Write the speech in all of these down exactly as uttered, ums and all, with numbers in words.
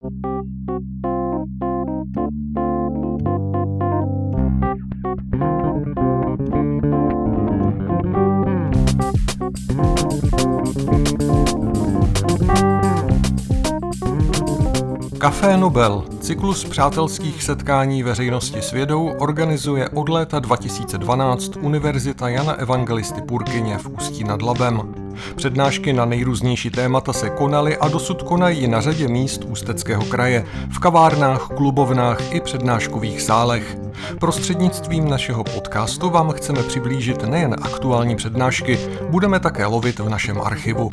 Café Nobel, cyklus přátelských setkání veřejnosti s vědou, organizuje od léta dva tisíce dvanáct Univerzita Jana Evangelisty Purkyně v Ústí nad Labem. Přednášky na nejrůznější témata se konaly a dosud konají na řadě míst Ústeckého kraje, v kavárnách, klubovnách i přednáškových sálech. Prostřednictvím našeho podcastu vám chceme přiblížit nejen aktuální přednášky, budeme také lovit v našem archivu.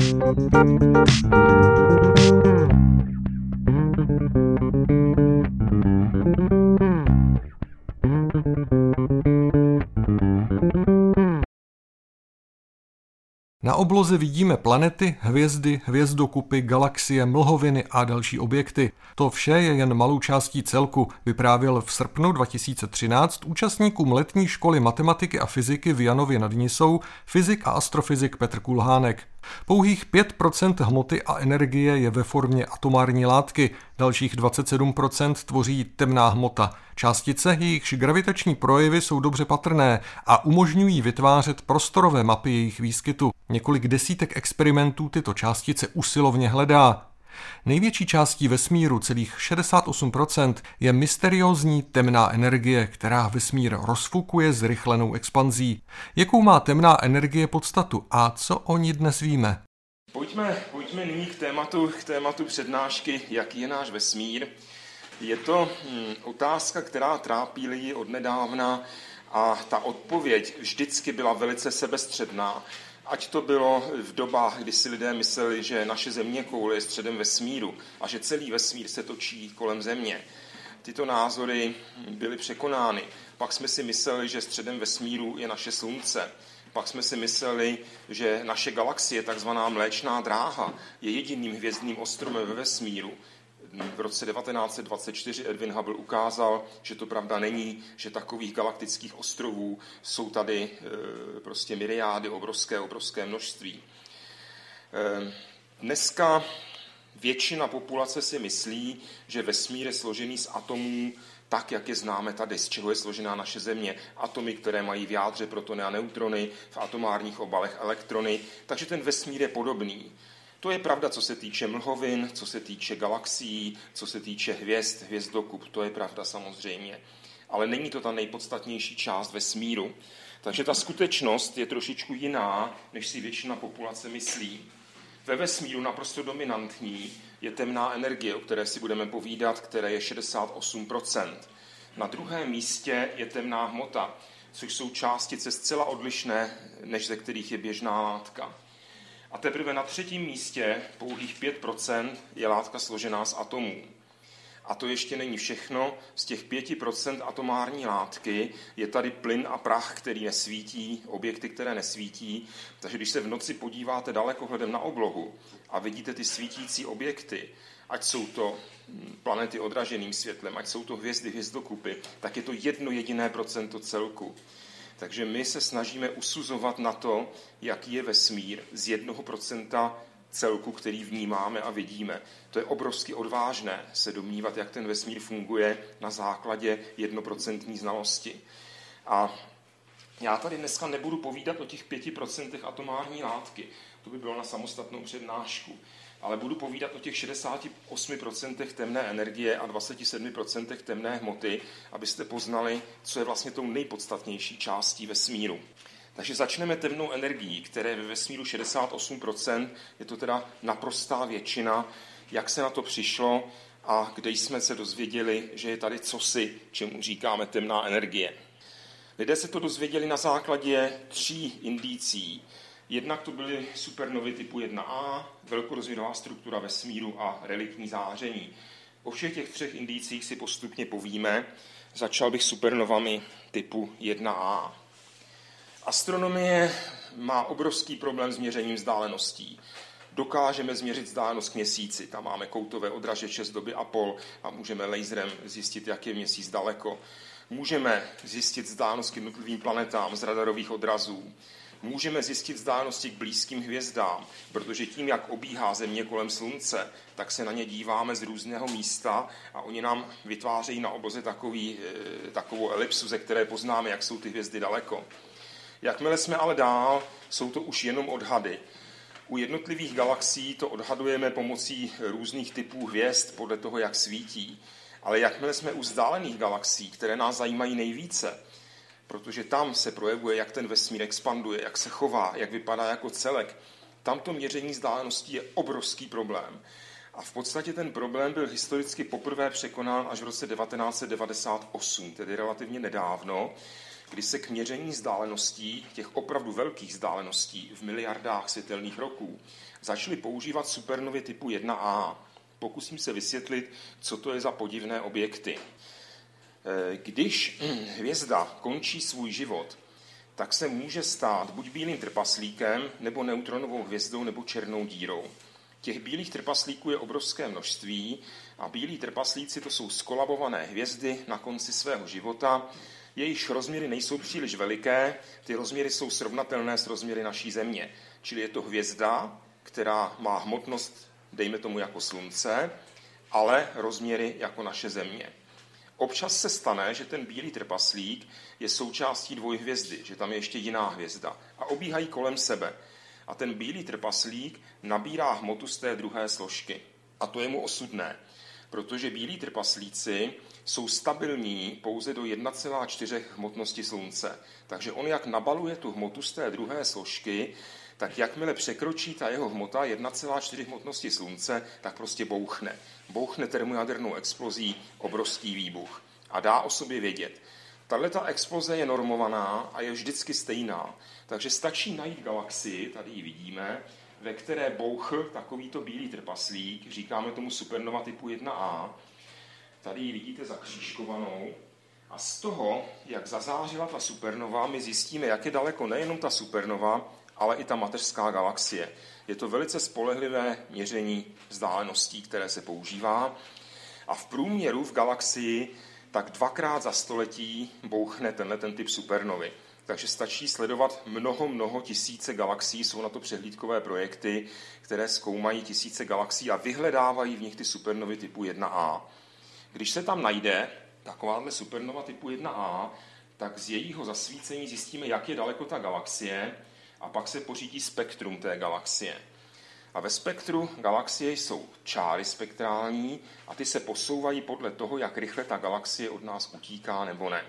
Na obloze vidíme planety, hvězdy, hvězdokupy, galaxie, mlhoviny a další objekty. To vše je jen malou částí celku, vyprávěl v srpnu dva tisíce třináct účastníkům letní školy matematiky a fyziky v Janově nad Nisou fyzik a astrofyzik Petr Kulhánek. Pouhých pět procent hmoty a energie je ve formě atomární látky, dalších dvacet sedm procent tvoří temná hmota. Částice, jejichž gravitační projevy jsou dobře patrné a umožňují vytvářet prostorové mapy jejich výskytu. Několik desítek experimentů tyto částice usilovně hledá. Největší částí vesmíru, celých šedesát osm procent, je mysteriózní temná energie, která vesmír rozfukuje zrychlenou expanzí. Jakou má temná energie podstatu a co o ní dnes víme? Pojďme, pojďme nyní k tématu, k tématu přednášky, jaký je náš vesmír. Je to hm, otázka, která trápí lidi odnedávna a ta odpověď vždycky byla velice sebestředná. Ať to bylo v dobách, kdy si lidé mysleli, že naše zeměkoule je středem vesmíru a že celý vesmír se točí kolem Země. Tyto názory byly překonány. Pak jsme si mysleli, že středem vesmíru je naše Slunce. Pak jsme si mysleli, že naše galaxie, takzvaná Mléčná dráha, je jediným hvězdným ostrovem ve vesmíru. V roce devatenáct set dvacet čtyři Edwin Hubble ukázal, že to pravda není, že takových galaktických ostrovů jsou tady e, prostě myriády, obrovské, obrovské množství. E, dneska většina populace si myslí, že vesmír je složený z atomů tak, jak je známe tady, z čeho je složená naše Země. Atomy, které mají v jádře protony a neutrony, v atomárních obalech elektrony, takže ten vesmír je podobný. To je pravda, co se týče mlhovin, co se týče galaxií, co se týče hvězd, hvězdokup, to je pravda samozřejmě. Ale není to ta nejpodstatnější část vesmíru. Takže ta skutečnost je trošičku jiná, než si většina populace myslí. Ve vesmíru naprosto dominantní je temná energie, o které si budeme povídat, které je šedesát osm procent. Na druhém místě je temná hmota, což jsou částice zcela odlišné, než ze kterých je běžná látka. A teprve na třetím místě, pouhých pět procent, je látka složená z atomů. A to ještě není všechno, z těch pět procent atomární látky je tady plyn a prach, který nesvítí, objekty, které nesvítí. Takže když se v noci podíváte dalekohledem na oblohu a vidíte ty svítící objekty, ať jsou to planety odraženým světlem, ať jsou to hvězdy, hvězdokupy, tak je to jedno jediné procento celku. Takže my se snažíme usuzovat na to, jaký je vesmír z jednoho procenta celku, který vnímáme a vidíme. To je obrovsky odvážné se domnívat, jak ten vesmír funguje na základě jednoprocentní znalosti. A já tady dneska nebudu povídat o těch pěti procentech atomární látky, to by bylo na samostatnou přednášku, ale budu povídat o těch šedesáti osmi procentech temné energie a dvaceti sedmi procentech temné hmoty, abyste poznali, co je vlastně tou nejpodstatnější částí vesmíru. Takže začneme temnou energií, které je ve vesmíru šedesát osm procent, je to teda naprostá většina, jak se na to přišlo a kde jsme se dozvěděli, že je tady cosi, čemu říkáme temná energie. Lidé se to dozvěděli na základě tří indicí. Jednak to byly supernovy typu jedna A, velkorozvědová struktura vesmíru a reliktní záření. O všech těch třech indicích si postupně povíme. Začal bych supernovami typu jedna A. Astronomie má obrovský problém s měřením vzdáleností. Dokážeme změřit vzdálenost k měsíci, tam máme koutové odražeče z doby Apollo a můžeme laserem zjistit, jak je měsíc daleko. Můžeme zjistit vzdálenost k jednotlivým planetám z radarových odrazů. Můžeme zjistit vzdálenosti k blízkým hvězdám, protože tím, jak obíhá Země kolem Slunce, tak se na ně díváme z různého místa a oni nám vytvářejí na obloze takový, takovou elipsu, ze které poznáme, jak jsou ty hvězdy daleko. Jakmile jsme ale dál, jsou to už jenom odhady. U jednotlivých galaxií to odhadujeme pomocí různých typů hvězd podle toho, jak svítí. Ale jakmile jsme u vzdálených galaxií, které nás zajímají nejvíce, protože tam se projevuje, jak ten vesmír expanduje, jak se chová, jak vypadá jako celek, tamto měření vzdáleností je obrovský problém. A v podstatě ten problém byl historicky poprvé překonán až v roce devatenáct set devadesát osm, tedy relativně nedávno, kdy se k měření vzdáleností, těch opravdu velkých vzdáleností v miliardách světelných roků, začaly používat supernovy typu jedna A. Pokusím se vysvětlit, co to je za podivné objekty. Když hvězda končí svůj život, tak se může stát buď bílým trpaslíkem, nebo neutronovou hvězdou, nebo černou dírou. Těch bílých trpaslíků je obrovské množství a bílí trpaslíci to jsou skolabované hvězdy na konci svého života. Jejichž rozměry nejsou příliš veliké, ty rozměry jsou srovnatelné s rozměry naší Země. Čili je to hvězda, která má hmotnost, dejme tomu jako Slunce, ale rozměry jako naše Země. Občas se stane, že ten bílý trpaslík je součástí dvojhvězdy, že tam je ještě jiná hvězda a obíhají kolem sebe. A ten bílý trpaslík nabírá hmotu z té druhé složky. A to je mu osudné, protože bílí trpaslíci jsou stabilní pouze do jedna celá čtyři hmotnosti Slunce. Takže on jak nabaluje tu hmotu z té druhé složky, tak jakmile překročí ta jeho hmota jedna celá čtyři hmotnosti Slunce, tak prostě bouchne. Bouchne termojadernou explozí obrovský výbuch a dá o sobě vědět. Tato exploze je normovaná a je vždycky stejná, takže stačí najít galaxii, tady ji vidíme, ve které bouchl takovýto bílý trpaslík, říkáme tomu supernova typu jedna A, tady ji vidíte zakřížkovanou, a z toho, jak zazářila ta supernova, my zjistíme, jak je daleko nejenom ta supernova, ale i ta mateřská galaxie. Je to velice spolehlivé měření vzdáleností, které se používá. A v průměru v galaxii tak dvakrát za století bouchne tenhle ten typ supernovy. Takže stačí sledovat mnoho, mnoho tisíce galaxií, jsou na to přehlídkové projekty, které zkoumají tisíce galaxií a vyhledávají v nich ty supernovy typu jedna A. Když se tam najde takováhle supernova typu jedna A, tak z jejího zasvícení zjistíme, jak je daleko ta galaxie, a pak se pořídí spektrum té galaxie. A ve spektru galaxie jsou čáry spektrální a ty se posouvají podle toho, jak rychle ta galaxie od nás utíká nebo ne.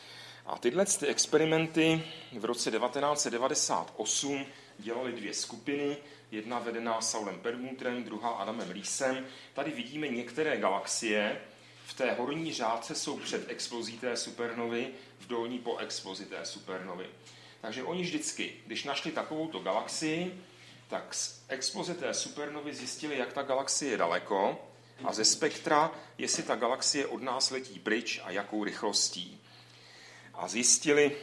A tyhle ty experimenty v roce devatenáct set devadesát osm dělali dvě skupiny, jedna vedená Saulem Perlmutterem, druhá Adamem Reesem. Tady vidíme některé galaxie, v té horní řádce jsou před explozí té supernovy, v dolní po explozi té supernovy. Takže oni vždycky, když našli takovouto galaxii, tak z exploze té supernovy zjistili, jak ta galaxie je daleko a ze spektra, jestli ta galaxie od nás letí pryč a jakou rychlostí. A zjistili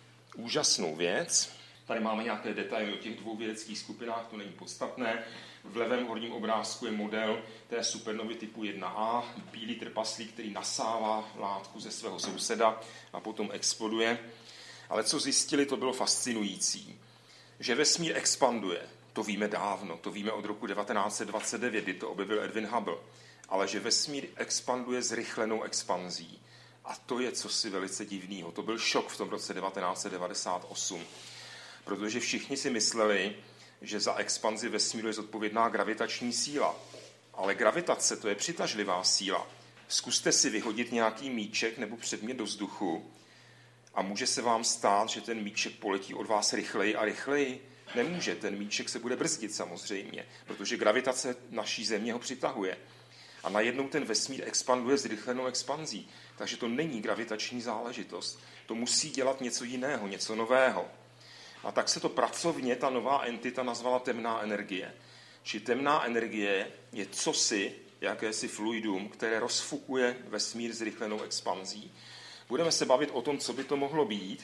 úžasnou věc. Tady máme nějaké detaily o těch dvou vědeckých skupinách, to není podstatné. V levém horním obrázku je model té supernovy typu jedna A, bílý trpaslík, který nasává látku ze svého souseda a potom exploduje. Ale co zjistili, to bylo fascinující. Že vesmír expanduje, to víme dávno, to víme od roku devatenáct set dvacet devět, kdy to objevil Edwin Hubble. Ale že vesmír expanduje zrychlenou expanzí. A to je cosi velice divného. To byl šok v tom roce devatenáct set devadesát osm. Protože všichni si mysleli, že za expanzi vesmíru je zodpovědná gravitační síla. Ale gravitace, to je přitažlivá síla. Zkuste si vyhodit nějaký míček nebo předmět do vzduchu a může se vám stát, že ten míček poletí od vás rychleji a rychleji. Nemůže, ten míček se bude brzdit samozřejmě, protože gravitace naší Země ho přitahuje. A najednou ten vesmír expanduje zrychlenou expanzí. Takže to není gravitační záležitost. To musí dělat něco jiného, něco nového. A tak se to pracovně, ta nová entita nazvala temná energie. Či temná energie je cosi, jakési fluidum, které rozfukuje vesmír zrychlenou expanzí. Budeme se bavit o tom, co by to mohlo být,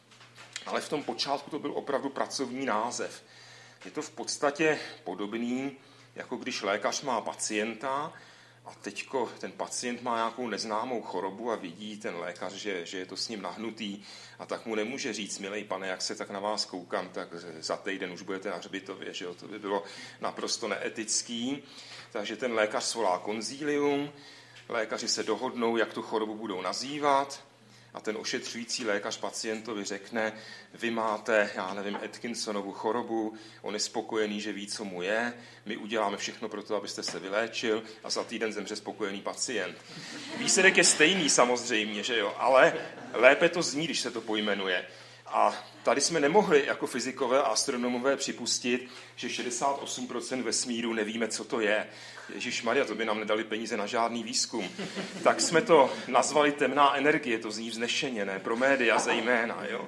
ale v tom počátku to byl opravdu pracovní název. Je to v podstatě podobný, jako když lékař má pacienta a teďko ten pacient má nějakou neznámou chorobu a vidí ten lékař, že, že je to s ním nahnutý a tak mu nemůže říct, milej pane, jak se tak na vás koukám, tak za týden už budete na hřbitově, že jo? To by bylo naprosto neetický. Takže ten lékař svolá konzílium, lékaři se dohodnou, jak tu chorobu budou nazývat a ten ošetřující lékař pacientovi řekne, vy máte, já nevím, Atkinsonovu chorobu, on je spokojený, že ví, co mu je, my uděláme všechno pro to, abyste se vyléčil a za týden zemře spokojený pacient. Výsledek je stejný samozřejmě, že jo, ale lépe to zní, když se to pojmenuje. A tady jsme nemohli jako fyzikové a astronomové připustit, že šedesát osm procent vesmíru nevíme, co to je. Ježišmarja, to by nám nedali peníze na žádný výzkum. Tak jsme to nazvali temná energie, to zní vznešeně, ne? Pro média zejména. Jo?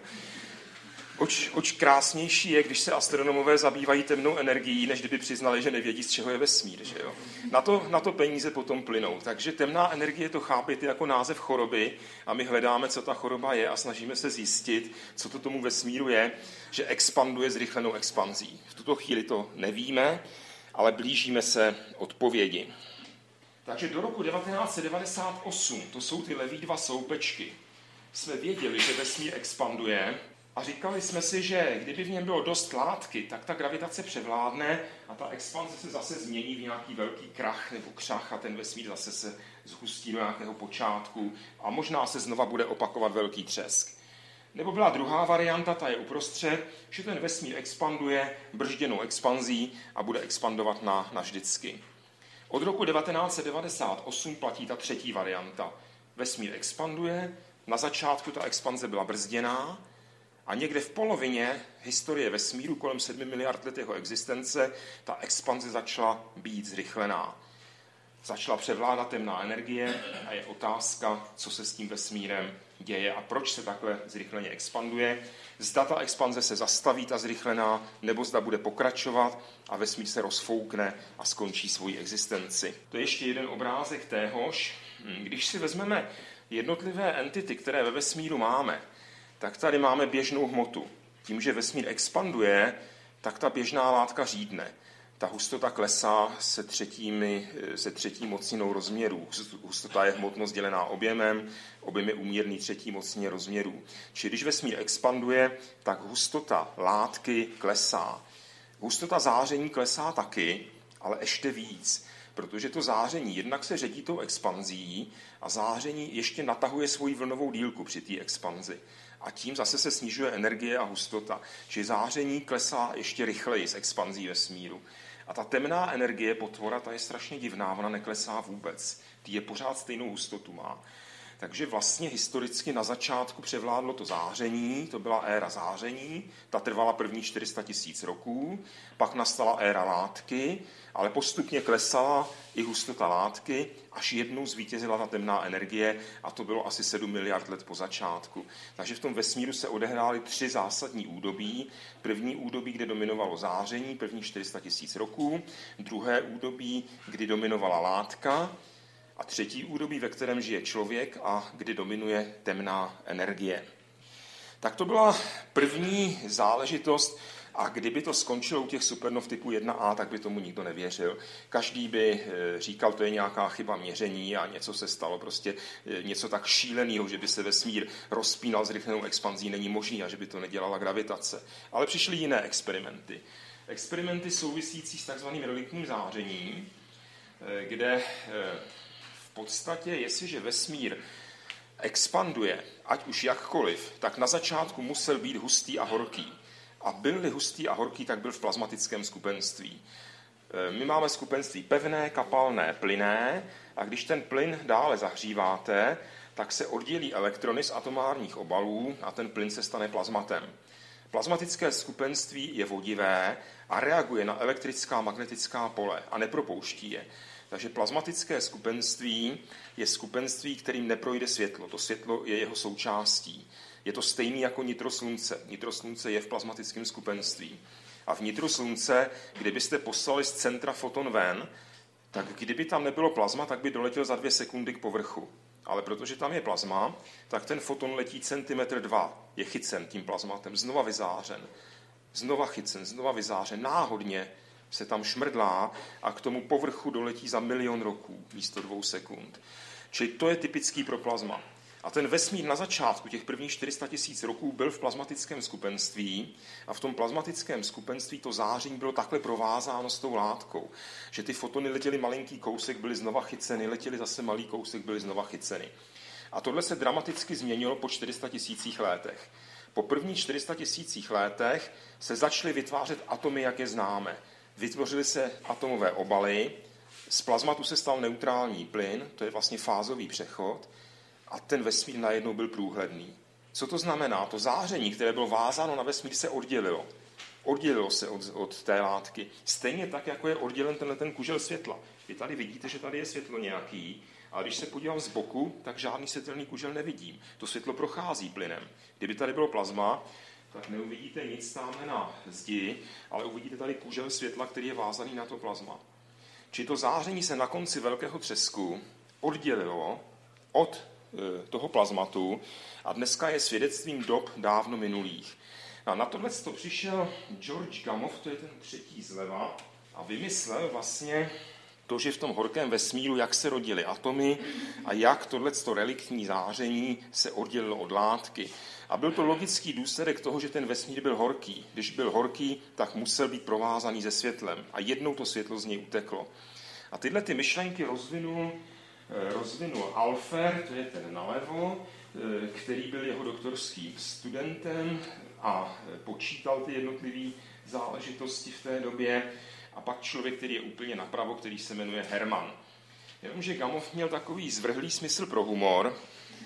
Oč, oč krásnější je, když se astronomové zabývají temnou energií, než kdyby přiznali, že nevědí, z čeho je vesmír. Že jo? Na to, na to peníze potom plynou. Takže temná energie to chápejte jako název choroby a my hledáme, co ta choroba je a snažíme se zjistit, co to tomu vesmíru je, že expanduje zrychlenou expanzí. V tuto chvíli to nevíme, ale blížíme se odpovědi. Takže do roku devatenáct set devadesát osm, to jsou ty levý dva sloupečky, jsme věděli, že vesmír expanduje a říkali jsme si, že kdyby v něm bylo dost látky, tak ta gravitace převládne a ta expanze se zase změní v nějaký velký krach nebo křach a ten vesmír zase se zhustí do nějakého počátku a možná se znova bude opakovat velký třesk. Nebo byla druhá varianta, ta je uprostřed, že ten vesmír expanduje bržděnou expanzí a bude expandovat na, na vždycky. Od roku devatenáct set devadesát osm platí ta třetí varianta. Vesmír expanduje, na začátku ta expanze byla brzděná a někde v polovině historie vesmíru, kolem sedmi miliard let jeho existence, ta expanze začala být zrychlená. Začala převládat temná energie a je otázka, co se s tím vesmírem děje a proč se takhle zrychleně expanduje. Zda ta expanze se zastaví, ta zrychlená, nebo zda bude pokračovat a vesmír se rozfoukne a skončí svoji existenci. To je ještě jeden obrázek téhož. Když si vezmeme jednotlivé entity, které ve vesmíru máme, tak tady máme běžnou hmotu. Tím, že vesmír expanduje, tak ta běžná látka řídne. Ta hustota klesá se, třetími, se třetí mocninou rozměrů. Hustota je hmotnost dělená objemem, objem je úměrný třetí mocnině rozměrů. Čili když vesmír expanduje, tak hustota látky klesá. Hustota záření klesá taky, ale ještě víc, protože to záření jednak se ředí tou expanzí a záření ještě natahuje svoji vlnovou dílku při té expanzi. A tím zase se snižuje energie a hustota. Čili záření klesá ještě rychleji s expanzí vesmíru. A ta temná energie, potvora, ta je strašně divná, ona neklesá vůbec. Ty je pořád stejnou hustotu má. Takže vlastně historicky na začátku převládlo to záření, to byla éra záření, ta trvala první čtyři sta tisíc roků, pak nastala éra látky, ale postupně klesala i hustota látky, až jednou zvítězila ta temná energie a to bylo asi sedm miliard let po začátku. Takže v tom vesmíru se odehrály tři zásadní údobí. První údobí, kde dominovalo záření, první čtyři sta tisíc roků, druhé údobí, kdy dominovala látka, a třetí údobí, ve kterém žije člověk a kdy dominuje temná energie. Tak to byla první záležitost a kdyby to skončilo u těch supernov typu jedna A, tak by tomu nikdo nevěřil. Každý by říkal, to je nějaká chyba měření a něco se stalo, prostě něco tak šíleného, že by se vesmír rozpínal s rychlenou expanzí, není možný a že by to nedělala gravitace. Ale přišly jiné experimenty. Experimenty souvisící s takzvaným reliktním zářením, kde v podstatě, jestliže vesmír expanduje, ať už jakkoliv, tak na začátku musel být hustý a horký. A byl-li hustý a horký, tak byl v plazmatickém skupenství. My máme skupenství pevné, kapalné, plynné a když ten plyn dále zahříváte, tak se oddělí elektrony z atomárních obalů a ten plyn se stane plazmatem. Plazmatické skupenství je vodivé a reaguje na elektrická magnetická pole a nepropouští je. Takže plazmatické skupenství je skupenství, kterým neprojde světlo. To světlo je jeho součástí. Je to stejný jako nitro slunce. Nitro slunce je v plazmatickém skupenství. A v nitru slunce, kdybyste poslali z centra foton ven, tak kdyby tam nebylo plazma, tak by doletěl za dvě sekundy k povrchu. Ale protože tam je plazma, tak ten foton letí centimetr dva. Je chycen tím plazmatem, znova vyzářen. Znova chycen, znova vyzářen, náhodně se tam šmrdlá a k tomu povrchu doletí za milion roků místo dvou sekund. Čili to je typický pro plazma. A ten vesmír na začátku těch prvních čtyři sta tisíc roků byl v plazmatickém skupenství a v tom plazmatickém skupenství to záření bylo takhle provázáno s tou látkou, že ty fotony letěly malinký kousek, byly znova chyceny, letěly zase malý kousek, byly znova chyceny. A tohle se dramaticky změnilo po čtyři sta tisících letech. Po prvních čtyři sta tisících letech se začaly vytvářet atomy, jak je známe. Vytvořily se atomové obaly, z plazmatu se stal neutrální plyn, to je vlastně fázový přechod, a ten vesmír najednou byl průhledný. Co to znamená? To záření, které bylo vázáno na vesmír, se oddělilo. Oddělilo se od, od té látky. Stejně tak, jako je oddělen tenhle ten kužel světla. Vy tady vidíte, že tady je světlo nějaký, ale když se podívám z boku, tak žádný světelný kužel nevidím. To světlo prochází plynem. Kdyby tady bylo plazma, tak neuvidíte nic tamhle na zdi, ale uvidíte tady kužel světla, který je vázaný na to plazma. Čili to záření se na konci velkého třesku oddělilo od toho plazmatu a dneska je svědectvím dob dávno minulých. A na tohle to přišel George Gamow, to je ten třetí zleva, a vymyslel vlastně to, že v tom horkém vesmíru, jak se rodily atomy a jak tohleto reliktní záření se oddělilo od látky. A byl to logický důsledek toho, že ten vesmír byl horký. Když byl horký, tak musel být provázaný se světlem a jednou to světlo z něj uteklo. A tyhle ty myšlenky rozvinul rozvinul Alfer, to je ten nalevo, který byl jeho doktorským studentem a počítal ty jednotlivé záležitosti v té době. A pak člověk, který je úplně napravo, který se jmenuje Hermann. Jenomže Gamow měl takový zvrhlý smysl pro humor.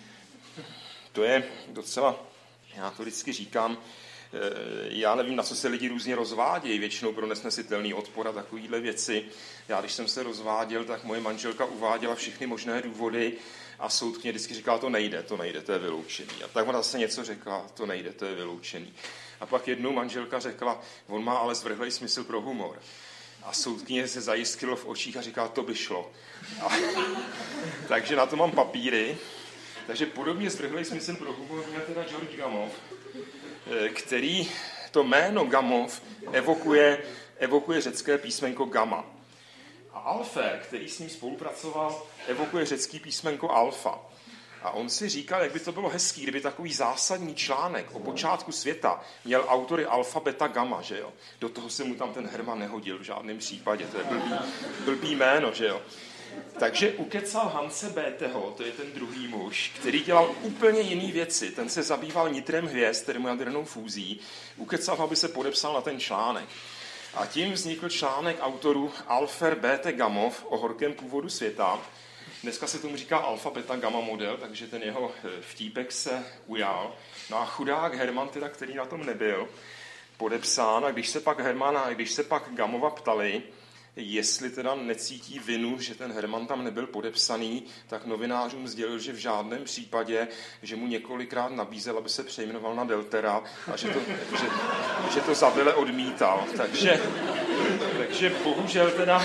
To je docela, já to vždycky říkám, já nevím, na co se lidi různě rozvádějí, většinou pro nesnesitelný odpor a takovýhle věci. Já, když jsem se rozváděl, tak moje manželka uváděla všechny možné důvody a soudkyně vždycky říkala, to nejde, to nejde, to je vyloučený. A tak ona zase něco řekla, to nejde, to je vyloučený. A pak jednou manželka řekla, on má ale zvrhlej smysl pro humor. A soudkyně se zajiskřilo v očích a říkala, to by šlo. A, takže na to mám papíry. Takže podobně zvrhlej smysl pro humor měl teda George Gamow, který to jméno Gamow evokuje, evokuje řecké písmenko gamma. A Alfer, který s ním spolupracoval, evokuje řecký písmenko alfa. A on si říkal, jak by to bylo hezký, kdyby takový zásadní článek o počátku světa měl autory alfa, beta, gamma, že jo? Do toho se mu tam ten Hermann nehodil v žádném případě, to je blbý, blbý jméno, že jo? Takže ukecal Hanse Beteho, to je ten druhý muž, který dělal úplně jiný věci. Ten se zabýval nitrem hvězd, termojadernou fúzí. Ukecal ho, aby se podepsal na ten článek. A tím vznikl článek autorů Alfer, Bethe, Gamow o horkém původu světa. Dneska se tomu říká alfa, beta, gamma model, takže ten jeho vtípek se ujal. No a chudák Hermann, teda, který na tom nebyl, podepsán. A když se pak Hermanna, když se pak Gamowa ptali, jestli teda necítí vinu, že ten Hermann tam nebyl podepsaný, tak novinářům sdělil, že v žádném případě, že mu několikrát nabízel, aby se přejmenoval na Deltera a že to, že, že to zabile odmítal. Takže, takže bohužel teda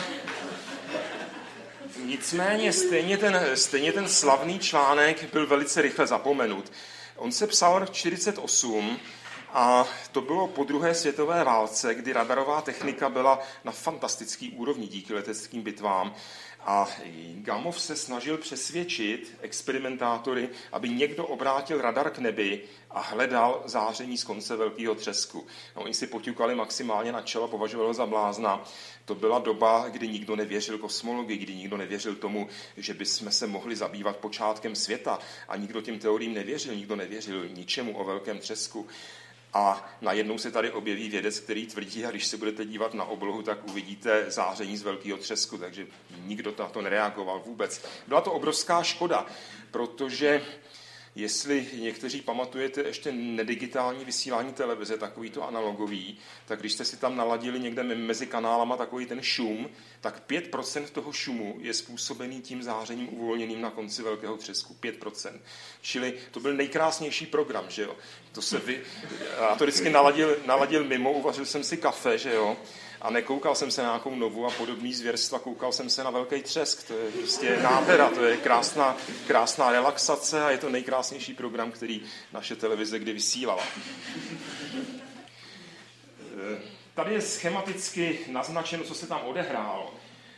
nicméně stejně ten, stejně ten slavný článek byl velice rychle zapomenut. On se psal rok čtyřicet osm a to bylo po druhé světové válce, kdy radarová technika byla na fantastický úrovni díky leteckým bitvám. A Gamow se snažil přesvědčit experimentátory, aby někdo obrátil radar k nebi a hledal záření z konce velkého třesku. No, oni si poťukali maximálně na čelo, považovali ho za blázna. To byla doba, kdy nikdo nevěřil kosmologii, kdy nikdo nevěřil tomu, že bychom se mohli zabývat počátkem světa. A nikdo těm teoriím nevěřil, nikdo nevěřil ničemu o velkém třesku. A najednou se tady objeví vědec, který tvrdí, a když se budete dívat na oblohu, tak uvidíte záření z velkého třesku, takže nikdo na to nereagoval vůbec. Byla to obrovská škoda, protože jestli někteří pamatujete ještě nedigitální vysílání televize, takový to analogový, tak když jste si tam naladili někde mezi kanálama takový ten šum, tak pět procent toho šumu je způsobený tím zářením uvolněným na konci velkého třesku. pět procent. Čili to byl nejkrásnější program, že jo. To se vy... Já to vždycky naladil, naladil mimo, uvařil jsem si kafe, že jo. A nekoukal jsem se na nějakou Novu a podobný zvěrstva, koukal jsem se na velký třesk. To je prostě nádhera, to je krásná, krásná relaxace a je to nejkrásnější program, který naše televize kdy vysílala. Tady je schematicky naznačeno, co se tam odehrálo.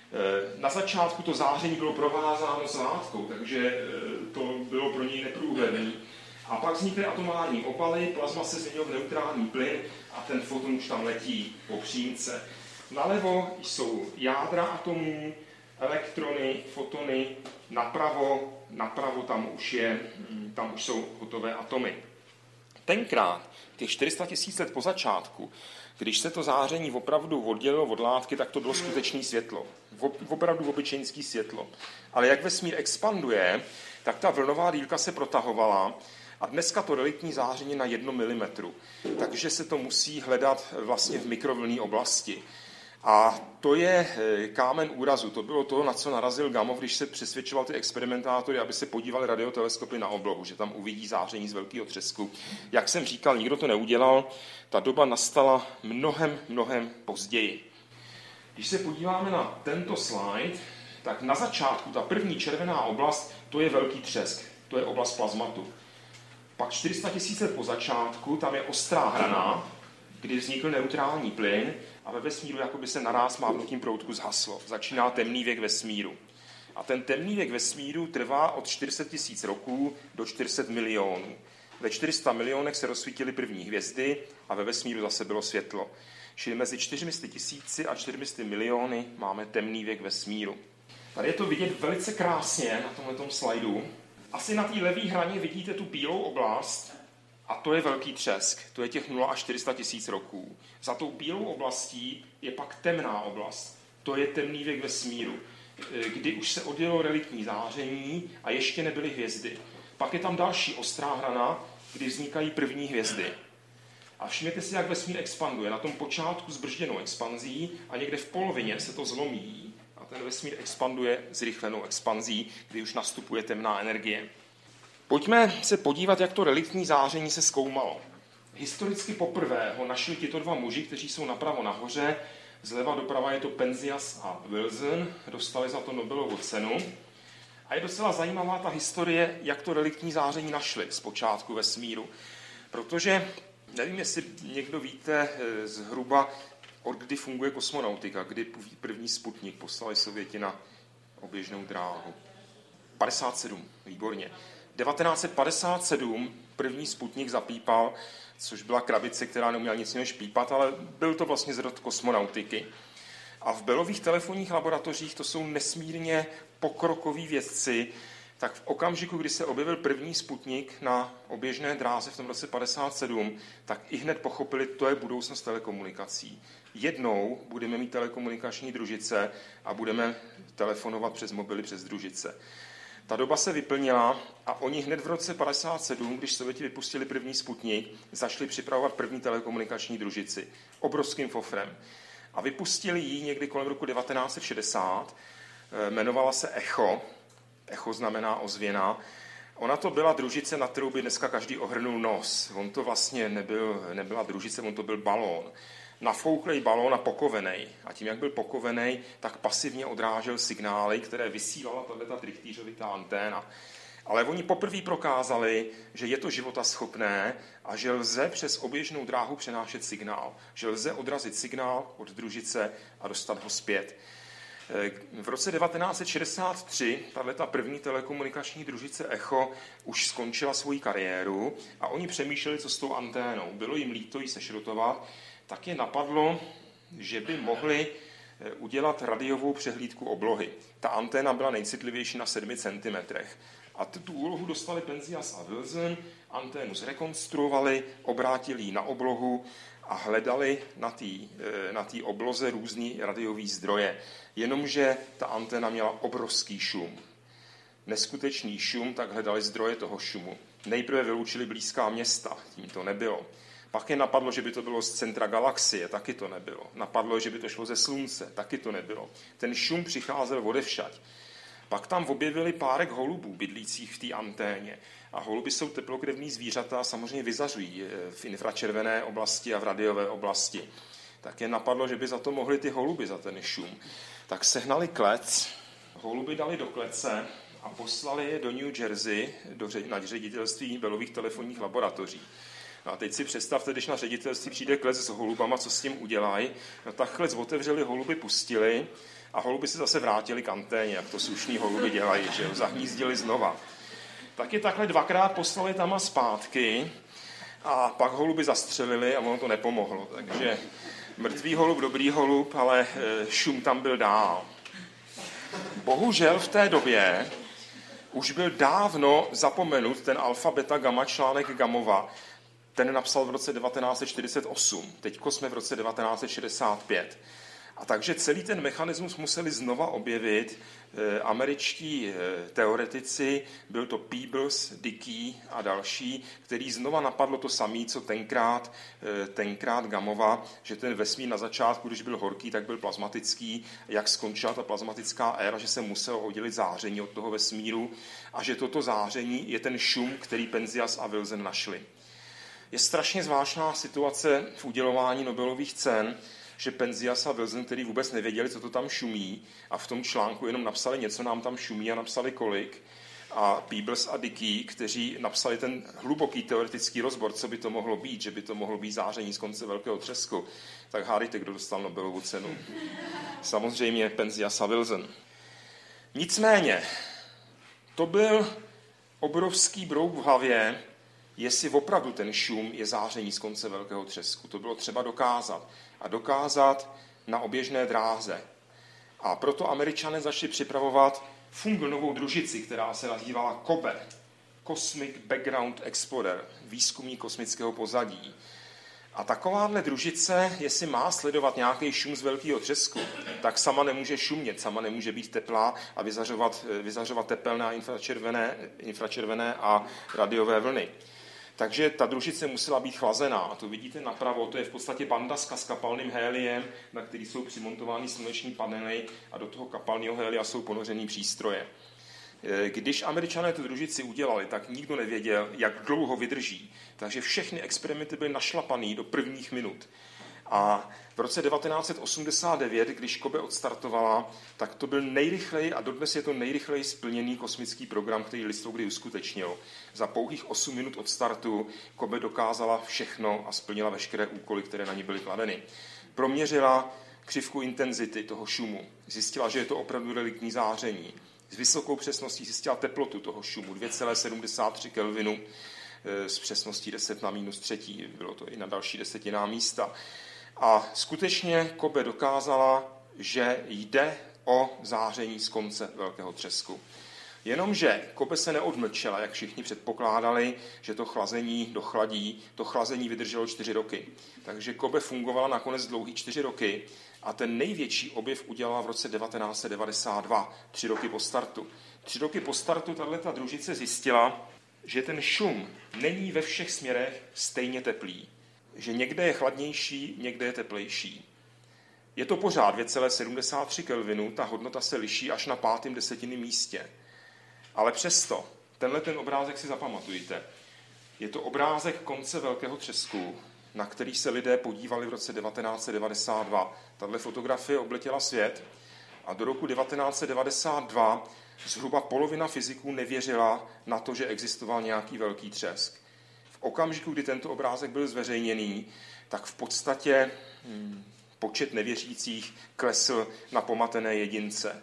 Na začátku to záření bylo provázáno s látkou, takže to bylo pro něj neprůhledné. A pak vznikly atomární obaly, plazma se změnila v neutrální plyn a ten foton už tam letí po přímce. Nalevo jsou jádra atomů, elektrony, fotony, napravo, napravo tam už, je, tam už jsou hotové atomy. Tenkrát, těch čtyři sta tisíc let po začátku, když se to záření opravdu oddělilo od látky, tak to bylo skutečné světlo. Opravdu obyčejné světlo. Ale jak vesmír expanduje, tak ta vlnová délka se protahovala a dneska to reliktní záření na jedno milimetru. Takže se to musí hledat vlastně v mikrovlnné oblasti. A to je kámen úrazu. To bylo to, na co narazil Gamow, když se přesvědčoval ty experimentátory, aby se podívali radioteleskopy na oblohu, že tam uvidí záření z velkého třesku. Jak jsem říkal, nikdo to neudělal. Ta doba nastala mnohem, mnohem později. Když se podíváme na tento slide, tak na začátku ta první červená oblast, to je velký třesk. To je oblast plazmatu. Pak čtyři sta tisíc let po začátku, tam je ostrá hrana, kdy vznikl neutrální plyn a ve vesmíru jakoby se naráz mávnutím proutku zhaslo. Začíná temný věk vesmíru. A ten temný věk vesmíru trvá od čtyři sta tisíc roků do čtyři sta milionů. Ve čtyři sta milionech se rozsvítily první hvězdy a ve vesmíru zase bylo světlo. Čili mezi čtyřmi sty tisíci a čtyřmi sty miliony máme temný věk vesmíru. Tady je to vidět velice krásně na tomhletom slajdu. Asi na té levé hraně vidíte tu bílou oblast a to je velký třesk. To je těch nula až čtyři sta tisíc roků. Za tou bílou oblastí je pak temná oblast. To je temný věk vesmíru, kdy už se oddělilo reliktní záření a ještě nebyly hvězdy. Pak je tam další ostrá hrana, kdy vznikají první hvězdy. A všimněte si, jak vesmír expanduje. Na tom počátku zbržděnou expanzí a někde v polovině se to zlomí a ten vesmír expanduje zrychlenou expanzí, kdy už nastupuje temná energie. Pojďme se podívat, jak to reliktní záření se zkoumalo. Historicky poprvé ho našli tito dva muži, kteří jsou napravo nahoře. Zleva doprava je to Penzias a Wilson. Dostali za to Nobelovu cenu. A je docela zajímavá ta historie, jak to reliktní záření našli zpočátku vesmíru. Protože nevím, jestli někdo víte zhruba, od kdy funguje kosmonautika, kdy první Sputnik poslali Sověti na oběžnou dráhu. padesát sedm, výborně. devatenáct set padesát sedm první Sputnik zapípal, což byla krabice, která neměla nic než pípat, ale byl to vlastně zrod kosmonautiky. A v Bellových telefonních laboratořích to jsou nesmírně pokrokoví vědci, tak v okamžiku, kdy se objevil první Sputnik na oběžné dráze v tom roce padesát sedm, tak i hned pochopili, to je budoucnost telekomunikací. Jednou budeme mít telekomunikační družice a budeme telefonovat přes mobily přes družice. Ta doba se vyplnila a oni hned v roce padesát sedm, když Sověti vypustili první Sputnik, začali připravovat první telekomunikační družici obrovským fofrem. A vypustili ji někdy kolem roku devatenáct set šedesát, jmenovala se Echo, Echo znamená ozvěna. Ona to byla družice, na kterou by dneska každý ohrnul nos. On to vlastně nebyl, nebyla družice, on to byl balón. Nafouklej balón a pokovenej. A tím, jak byl pokovenej, tak pasivně odrážel signály, které vysílala tato trichtýřovitá anténa. Ale oni poprvé prokázali, že je to životaschopné a že lze přes oběžnou dráhu přenášet signál. Že lze odrazit signál od družice a dostat ho zpět. V roce devatenáct set šedesát tři tato první telekomunikační družice Echo už skončila svoji kariéru a oni přemýšleli, co s tou anténou. Bylo jim líto ji sešrotovat, tak je napadlo, že by mohli udělat radiovou přehlídku oblohy. Ta anténa byla nejcitlivější na sedmi centimetrech. A tu úlohu dostali Penzias a Wilson, anténu zrekonstruovali, obrátili ji na oblohu a hledali na té na té obloze různý radiový zdroje. Jenomže ta anténa měla obrovský šum. Neskutečný šum, tak hledali zdroje toho šumu. Nejprve vyloučili blízká města, tím to nebylo. Pak je napadlo, že by to bylo z centra galaxie, taky to nebylo. Napadlo, že by to šlo ze slunce, taky to nebylo. Ten šum přicházel odevšať. Pak tam objevili párek holubů bydlících v té anténě. A holuby jsou teplokrevní zvířata a samozřejmě vyzařují v infračervené oblasti a v radiové oblasti. Tak je napadlo, že by za to mohli ty holuby, za ten šum. Tak sehnali klec, holuby dali do klece a poslali je do New Jersey, do, na ředitelství Bellových telefonních laboratoří. A teď si představte, když na ředitelství přijde klec s holubama, co s tím udělají. No tak klec otevřeli, holuby pustili a holuby se zase vrátili k anténě, jak to slušný holuby dělají, že jo, zahnízdili znova. Taky takhle dvakrát poslali tam a zpátky a pak holuby zastřelili a ono to nepomohlo. Takže mrtvý holub, dobrý holub, ale šum tam byl dál. Bohužel v té době už byl dávno zapomenut ten alfa, beta, gamma článek Gamova. Ten napsal v roce devatenáct set čtyřicet osm. Teďko jsme v roce devatenáct set šedesát pět. A takže celý ten mechanismus museli znova objevit e, američtí e, teoretici, byl to Peebles, Dickey a další, který znova napadlo to samé, co tenkrát, e, tenkrát Gamova, že ten vesmír na začátku, když byl horký, tak byl plazmatický, jak skončila ta plazmatická éra, že se muselo oddělit záření od toho vesmíru a že toto záření je ten šum, který Penzias a Wilson našli. Je strašně zvláštná situace v udělování Nobelových cen, že Penzias a Wilson, který vůbec nevěděli, co to tam šumí, a v tom článku jenom napsali něco, nám tam šumí a napsali kolik. A Peebles a Dickey, kteří napsali ten hluboký teoretický rozbor, co by to mohlo být, že by to mohlo být záření z konce velkého třesku, tak hádejte, kdo dostal Nobelovu cenu. Samozřejmě Penzias a Wilson. Nicméně, to byl obrovský brouk v hlavě, jestli opravdu ten šum je záření z konce velkého třesku. To bylo třeba dokázat. A dokázat na oběžné dráze. A proto Američané začali připravovat funglnovou družici, která se nazývala COBE, Cosmic Background Explorer, výzkumník kosmického pozadí. A takováhle družice, jestli má sledovat nějaký šum z velkého třesku, tak sama nemůže šumět, sama nemůže být teplá a vyzařovat, vyzařovat tepelné a infračervené, infračervené a radiové vlny. Takže ta družice musela být chlazená. A to vidíte napravo, to je v podstatě bandaska s kapalným héliem, na který jsou přimontovány sluneční panely a do toho kapalného hélia jsou ponořený přístroje. Když Američané tu družici udělali, tak nikdo nevěděl, jak dlouho vydrží. Takže všechny experimenty byly našlapaný do prvních minut. A v roce devatenáct set osmdesát devět, když COBE odstartovala, tak to byl nejrychleji a dodnes je to nejrychleji splněný kosmický program, který lidstvo kdy uskutečnilo. Za pouhých osm minut od startu COBE dokázala všechno a splnila veškeré úkoly, které na ní byly kladeny. Proměřila křivku intenzity toho šumu. Zjistila, že je to opravdu reliktní záření. S vysokou přesností zjistila teplotu toho šumu, dvě celá sedmdesát tři Kelvinu, s přesností deset na minus třetí, bylo to i na další desetiná místa. A skutečně COBE dokázala, že jde o záření z konce velkého třesku. Jenomže COBE se neodmlčela, jak všichni předpokládali, že to chlazení dochladí. To chlazení vydrželo čtyři roky. Takže COBE fungovala nakonec dlouhý čtyři roky a ten největší objev udělala v roce devatenáct set devadesát dva, tři roky po startu. Tři roky po startu tato družice zjistila, že ten šum není ve všech směrech stejně teplý. Že někde je chladnější, někde je teplejší. Je to pořád dvě celá sedmdesát tři Kelvinu, ta hodnota se liší až na pátém desetiném místě. Ale přesto, tenhle ten obrázek si zapamatujte. Je to obrázek konce velkého třesku, na který se lidé podívali v roce devatenáct set devadesát dva. Tahle fotografie obletěla svět a do roku devatenáct set devadesát dva zhruba polovina fyziků nevěřila na to, že existoval nějaký velký třesk. V okamžiku, kdy tento obrázek byl zveřejněný, tak v podstatě hmm, počet nevěřících klesl na pomatené jedince.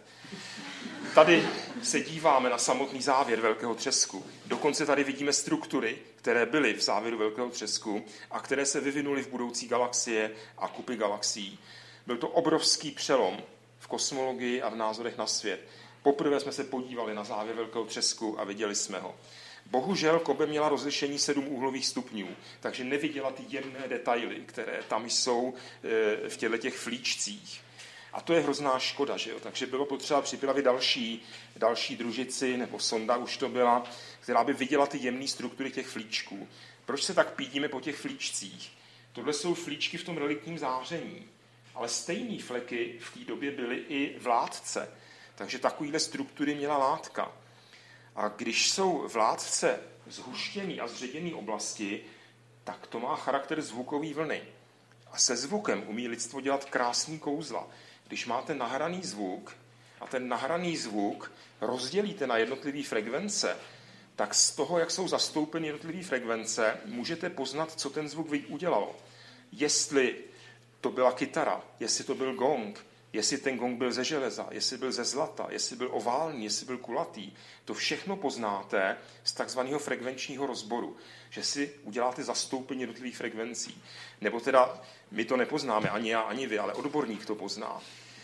Tady se díváme na samotný závěr velkého třesku. Dokonce tady vidíme struktury, které byly v závěru velkého třesku a které se vyvinuly v budoucí galaxie a kupy galaxií. Byl to obrovský přelom v kosmologii a v názorech na svět. Poprvé jsme se podívali na závěr velkého třesku a viděli jsme ho. Bohužel COBE měla rozlišení sedm úhlových stupňů, takže neviděla ty jemné detaily, které tam jsou v těchto těch flíčcích. A to je hrozná škoda, že jo? Takže bylo potřeba připravit další, další družici, nebo sonda už to byla, která by viděla ty jemné struktury těch flíčků. Proč se tak pídíme po těch flíčcích? Tohle jsou flíčky v tom reliktním záření, ale stejné fleky v té době byly i v látce. Takže takovýhle struktury měla látka. A když jsou v látce zhuštěný a zředěný oblasti, tak to má charakter zvukové vlny. A se zvukem umí lidstvo dělat krásný kouzla. Když máte nahraný zvuk a ten nahraný zvuk rozdělíte na jednotlivé frekvence, tak z toho, jak jsou zastoupeny jednotlivé frekvence, můžete poznat, co ten zvuk udělalo. Jestli to byla kytara, jestli to byl gong, jestli ten gong byl ze železa, jestli byl ze zlata, jestli byl oválný, jestli byl kulatý. To všechno poznáte z takzvaného frekvenčního rozboru, že si uděláte zastoupení jednotlivých frekvencí. Nebo teda my to nepoznáme, ani já, ani vy, ale odborník to pozná.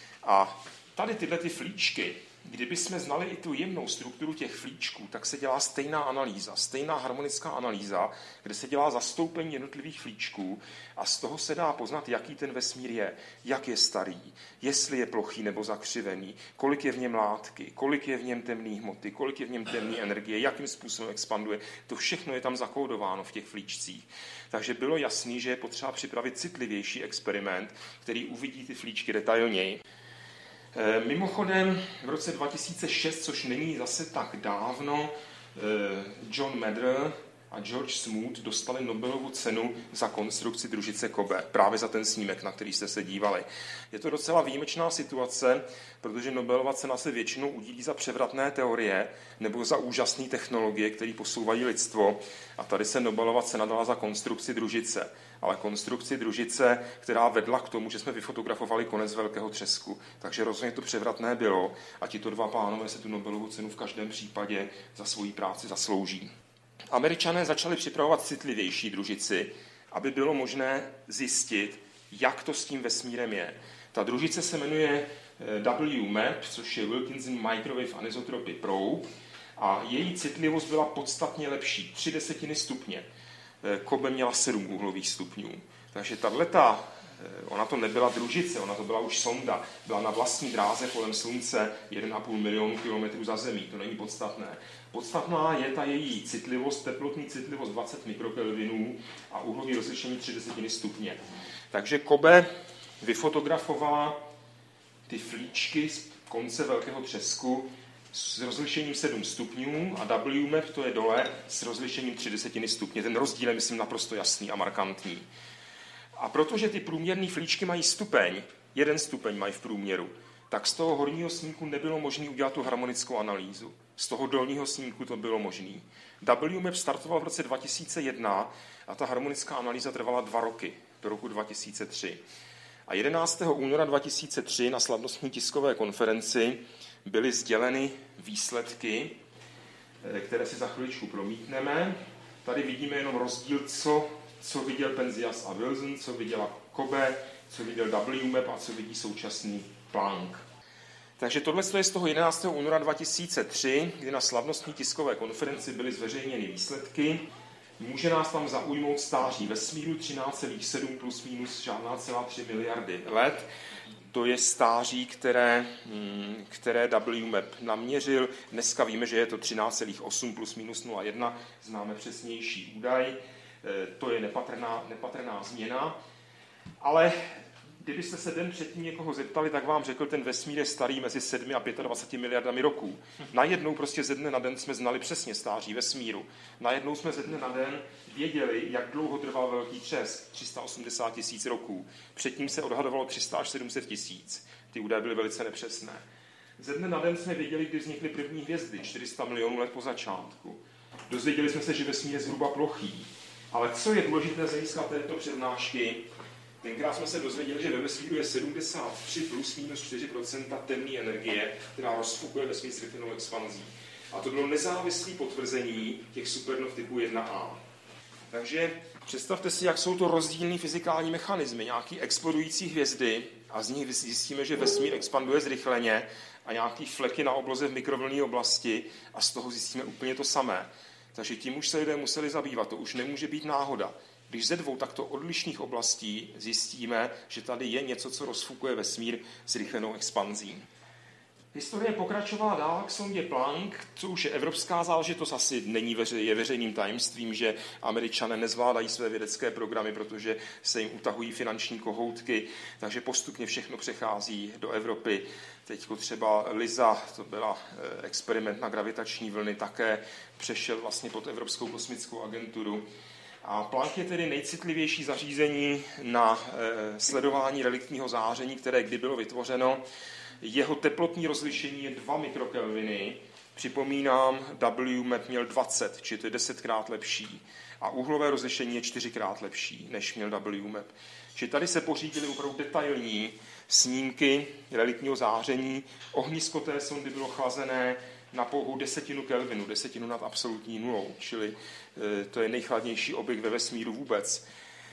A tady tyhle ty flíčky, kdyby jsme znali i tu jemnou strukturu těch flíčků, tak se dělá stejná analýza, stejná harmonická analýza, kde se dělá zastoupení jednotlivých flíčků a z toho se dá poznat, jaký ten vesmír je, jak je starý, jestli je plochý nebo zakřivený, kolik je v něm látky, kolik je v něm temné hmoty, kolik je v něm temné energie, jakým způsobem expanduje. To všechno je tam zakódováno v těch flíčcích. Takže bylo jasný, že je potřeba připravit citlivější experiment, který uvidí ty flíčky detailněji. Mimochodem v roce dva tisíce šest, což není zase tak dávno, John Mader a George Smoot dostali Nobelovu cenu za konstrukci družice Kobe, právě za ten snímek, na který jste se dívali. Je to docela výjimečná situace, protože Nobelova cena se většinou udílí za převratné teorie nebo za úžasné technologie, které posouvají lidstvo. A tady se Nobelova cena dala za konstrukci družice. Ale konstrukci družice, která vedla k tomu, že jsme vyfotografovali konec velkého třesku. Takže rozhodně to převratné bylo a tito dva pánové se tu Nobelovu cenu v každém případě za svoji práci zaslouží. Američané začali připravovat citlivější družici, aby bylo možné zjistit, jak to s tím vesmírem je. Ta družice se jmenuje W MAP, což je Wilkinson Microwave Anisotropy Probe, a její citlivost byla podstatně lepší, tři desetiny stupně. Kobe měla sedm úhlových stupňů. Takže tato, ona to nebyla družice, ona to byla už sonda, byla na vlastní dráze kolem Slunce jeden a půl milionu kilometrů za zemí, to není podstatné. Podstatná je ta její citlivost, teplotní citlivost dvacet mikrokelvinů a úhlový rozlišení tři desetiny stupně. Takže Kobe vyfotografovala ty flíčky z konce velkého třesku s rozlišením sedm stupňů a W MAP, to je dole, s rozlišením tři desetiny stupně. Ten rozdíl je, myslím, naprosto jasný a markantní. A protože ty průměrné flíčky mají stupeň, jeden stupeň mají v průměru, tak z toho horního snímku nebylo možné udělat tu harmonickou analýzu. Z toho dolního snímku to bylo možné. W MAP startoval v roce dva tisíce jedna a ta harmonická analýza trvala dva roky, do roku dva tisíce tři. A jedenáctého února dva tisíce tři na slavnostní tiskové konferenci byly sděleny výsledky, které si za chviličku promítneme. Tady vidíme jenom rozdíl, co, co viděl Penzias a Wilson, co viděla Kobe, co viděl W MAP a co vidí současný Planck. Takže tohle je z toho jedenáctého února dva tisíce tři, kdy na slavnostní tiskové konferenci byly zveřejněny výsledky. Může nás tam zaujmout stáří vesmíru třináct celá sedm plus minus žádná celá tři miliardy let. To je stáří, které, které W MAP naměřil. Dneska víme, že je to třináct celá osm plus minus nula jedna. Známe přesnější údaj. To je nepatrná, nepatrná změna. Ale kdybyste se den předtím někoho zeptali, tak vám řekl, ten vesmír je starý mezi sedmi a dvaceti pěti miliardami roků. Najednou prostě ze dne na den jsme znali přesně stáří vesmíru. Najednou jsme ze dne na den věděli, jak dlouho trval velký třesk, tři sta osmdesát tisíc roků. Předtím se odhadovalo tři sta až sedm set tisíc. Ty údaje byly velice nepřesné. Ze dne na den jsme věděli, kdy vznikly první hvězdy, čtyři sta milionů let po začátku. Dozvěděli jsme se, že vesmír je zhruba plochý. Ale co je důležité z hlediska této přednášky, tenkrát jsme se dozvěděli, že ve vesmíru je sedmdesát tři plus minus čtyři procenta temné energie, která rozfukuje vesmír s rychlou expanzí. A to bylo nezávislé potvrzení těch supernov typu jedna A. Takže představte si, jak jsou to rozdílné fyzikální mechanismy, nějaké explodující hvězdy a z nich zjistíme, že vesmír expanduje zrychleně a nějaké fleky na obloze v mikrovlnné oblasti a z toho zjistíme úplně to samé. Takže tím už se lidé museli zabývat, to už nemůže být náhoda. Když ze dvou takto odlišných oblastí zjistíme, že tady je něco, co rozfukuje vesmír s rychlenou expanzí. Historie pokračovala dál k sondě Planck, co už je evropská záležitost, asi není veře, je veřejným tajemstvím, že Američané nezvládají své vědecké programy, protože se jim utahují finanční kohoutky, takže postupně všechno přechází do Evropy. Teď třeba LISA, to byla experiment na gravitační vlny, také přešel vlastně pod Evropskou kosmickou agenturu. A Planck je tedy nejcitlivější zařízení na e, sledování reliktního záření, které kdy bylo vytvořeno. Jeho teplotní rozlišení je dva mikrokelviny, Připomínám, W map měl dvacet, či to je desetkrát lepší. A úhlové rozlišení je čtyřikrát lepší, než měl W map. Či tady se pořídily opravdu detailní snímky reliktního záření. Ohnisko té sondy bylo chlazené na pouhou desetinu Kelvinu, desetinu nad absolutní nulou, čili to je nejchladnější objekt ve vesmíru vůbec.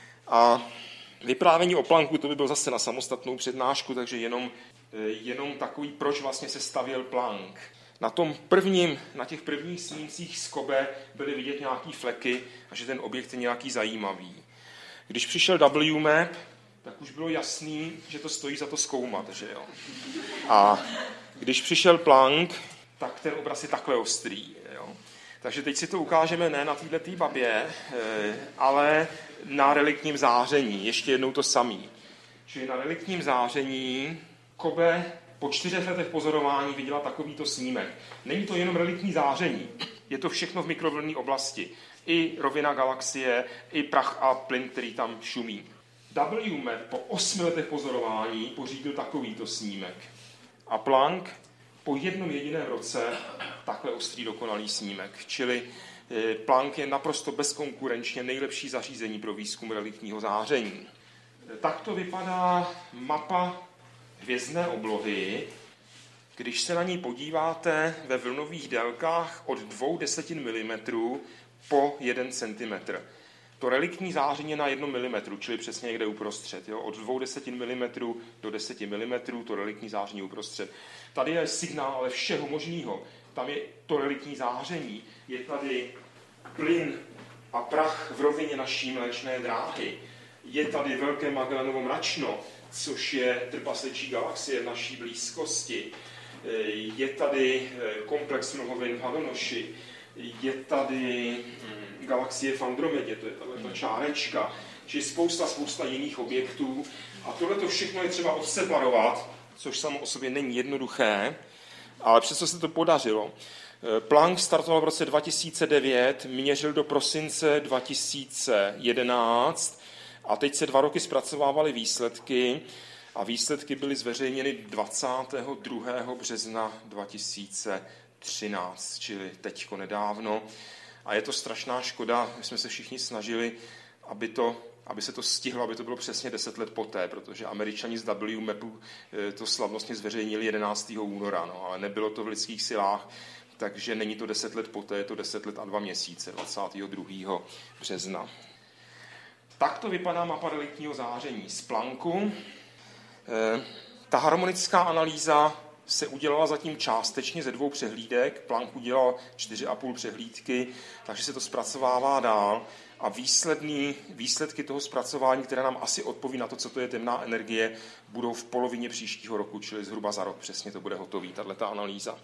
A vyprávění o Plancku, to by bylo zase na samostatnou přednášku, takže jenom, jenom takový, proč vlastně se stavěl Planck. Na tom prvním, na těch prvních snímcích z Kobe byly vidět nějaký fleky a že ten objekt je nějaký zajímavý. Když přišel W map, tak už bylo jasný, že to stojí za to zkoumat, že jo. A když přišel Planck, tak ten obraz je takhle ostrý, jo. Takže teď si to ukážeme ne na této babě, ale na reliktním záření. Ještě jednou to samý. Čili na reliktním záření Kobe po čtyřech letech pozorování viděla takovýto snímek. Není to jenom reliktní záření, je to všechno v mikrovlnné oblasti. I rovina galaxie, i prach a plyn, který tam šumí. W map po osmi letech pozorování pořídil takovýto snímek. A Planck po jednom jediném roce takhle ostrý dokonalý snímek. Čili Planck je naprosto bezkonkurenčně nejlepší zařízení pro výzkum reliktního záření. Takto vypadá mapa hvězdné oblohy, když se na ní podíváte ve vlnových délkách od dvou desetin milimetrů po jeden centimetr. To reliktní záření je na jednom milimetru, čili přesně někde uprostřed. Jo? Od dvou desetin milimetrů do deseti milimetrů to reliktní záření uprostřed. Tady je signál ale všeho možného. Tam je to reliktní záření. Je tady plyn a prach v rovině naší mléčné dráhy. Je tady velké Magellanovo mračno, což je trpasličí galaxie v naší blízkosti. Je tady komplex mlhovin v Hadonoši. Je tady galaxie v Andromedě, to je ta čárečka. Čili spousta, spousta jiných objektů. A tohle všechno je třeba odseparovat, což samo o sobě není jednoduché, ale přesto se to podařilo. Planck startoval v roce dva tisíce devět, měřil do prosince dva tisíce jedenáct a teď se dva roky zpracovávaly výsledky a výsledky byly zveřejněny dvacátého druhého března dva tisíce třináct, čili teďko nedávno. A je to strašná škoda, my jsme se všichni snažili, aby, to, aby se to stihlo, aby to bylo přesně deset let poté, protože Američani z W mapu to slavnostně zveřejnili jedenáctého února, no, ale nebylo to v lidských silách, takže není to deset let poté, je to deset let a dva měsíce, dvacátého druhého března. Tak to vypadá mapa reliktního záření z Plancku. E, ta harmonická analýza se udělala zatím částečně ze dvou přehlídek. Planck udělal čtyři a půl přehlídky, takže se to zpracovává dál. A výsledný, výsledky toho zpracování, které nám asi odpoví na to, co to je temná energie, budou v polovině příštího roku, čili zhruba za rok přesně to bude hotový, tato analýza.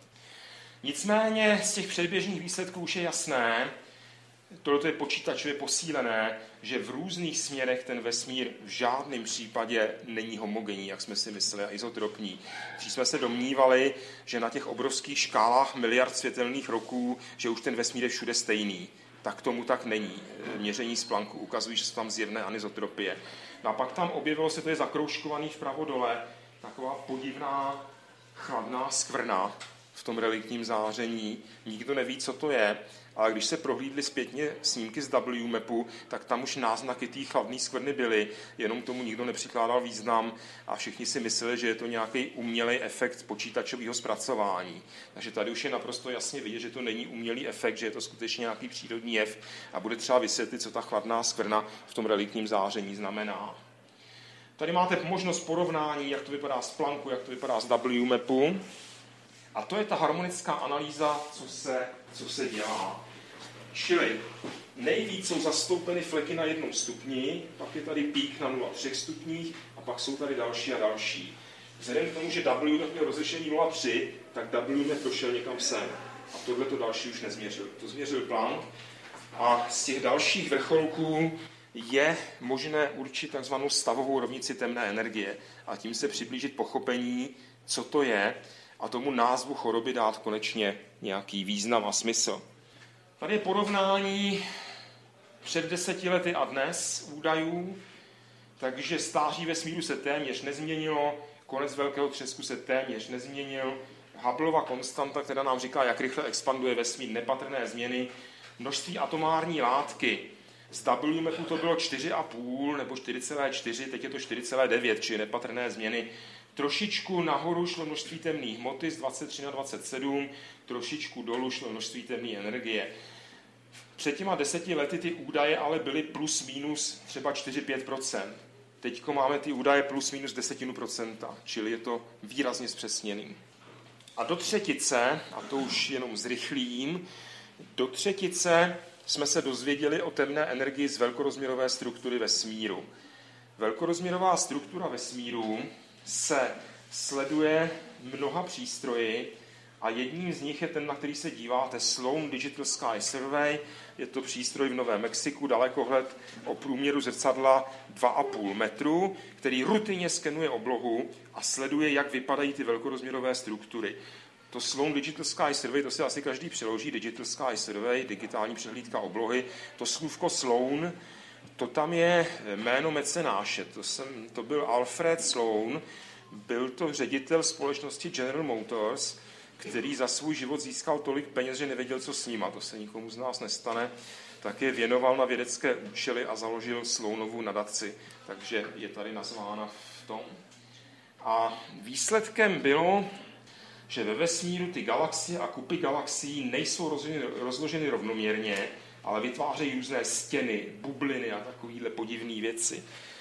Nicméně z těch předběžných výsledků už je jasné, tohle je počítačově posílené, že v různých směrech ten vesmír v žádném případě není homogenní, jak jsme si mysleli, a izotropní. Když jsme se domnívali, že na těch obrovských škálách miliard světelných roků, že už ten vesmír je všude stejný, tak tomu tak není. Měření z Plancku ukazují, že jsou tam zjevné anisotropie. No a pak tam objevilo se, to je zakroužkovaný vpravo dole, taková podivná chladná skvrna v tom reliktním záření. Nikdo neví, co to je, ale když se prohlídly zpětně snímky z W mapu, tak tam už náznaky té chladné skvrny byly, jenom tomu nikdo nepřikládal význam a všichni si mysleli, že je to nějaký umělý efekt počítačového zpracování. Takže tady už je naprosto jasně vidět, že to není umělý efekt, že je to skutečně nějaký přírodní jev a bude třeba vysvětlit, co ta chladná skvrna v tom reliktním záření znamená. Tady máte možnost porovnání, jak to vypadá z Plancku, jak to vypadá z W mapu. A to je ta harmonická analýza, co se, co se dělá. Čili nejvíc jsou zastoupeny fleky na jednom stupni, pak je tady pík na nula celá tři stupních a pak jsou tady další a další. Vzhledem k tomu, že W měl rozlišení nula celá tři, tak W došel někam sem. A tohle to další už nezměřil. To změřil Planck. A z těch dalších vrcholků je možné určit takzvanou stavovou rovnici temné energie a tím se přiblížit pochopení, co to je, a tomu názvu choroby dát konečně nějaký význam a smysl. Tady je porovnání před deseti lety a dnes údajů, takže stáří vesmíru se téměř nezměnilo, konec velkého třesku se téměř nezměnil, Hubbleova konstanta, která nám říká, jak rychle expanduje vesmír, nepatrné změny, množství atomární látky. Z W mapu to bylo čtyři celá pět nebo čtyři celá čtyři, teď je to čtyři celá devět, čili nepatrné změny. Trošičku nahoru šlo množství temné hmoty z dvacet tři na dvacet sedm, trošičku dolů šlo množství temné energie. Před těma deseti lety ty údaje ale byly plus minus třeba čtyři až pět procent. Teďko máme ty údaje plus minus desetinu procenta, čili je to výrazně zpřesněný. A do třetice, a to už jenom zrychlím, do třetice jsme se dozvěděli o temné energii z velkorozměrové struktury vesmíru. Velkorozměrová struktura vesmíru se sleduje mnoha přístroji a jedním z nich je ten, na který se díváte, Sloan Digital Sky Survey. Je to přístroj v Novém Mexiku, dalekohled o průměru zrcadla dva a půl metru, který rutinně skenuje oblohu a sleduje, jak vypadají ty velkorozměrové struktury. To Sloan Digital Sky Survey, to si asi každý přeloží, Digital Sky Survey, digitální přehlídka oblohy. To slůvko Sloan, to tam je jméno mecenáše, to, jsem, to byl Alfred Sloan, byl to ředitel společnosti General Motors, který za svůj život získal tolik peněz, že nevěděl, co s nima, to se nikomu z nás nestane, tak je věnoval na vědecké účely a založil Sloanovu nadaci, takže je tady nazvána v tom. A výsledkem bylo, že ve vesmíru ty galaxie a kupy galaxií nejsou rozloženy, rozloženy rovnoměrně, ale vytvářejí různé stěny, bubliny a takovéhle podivné věci.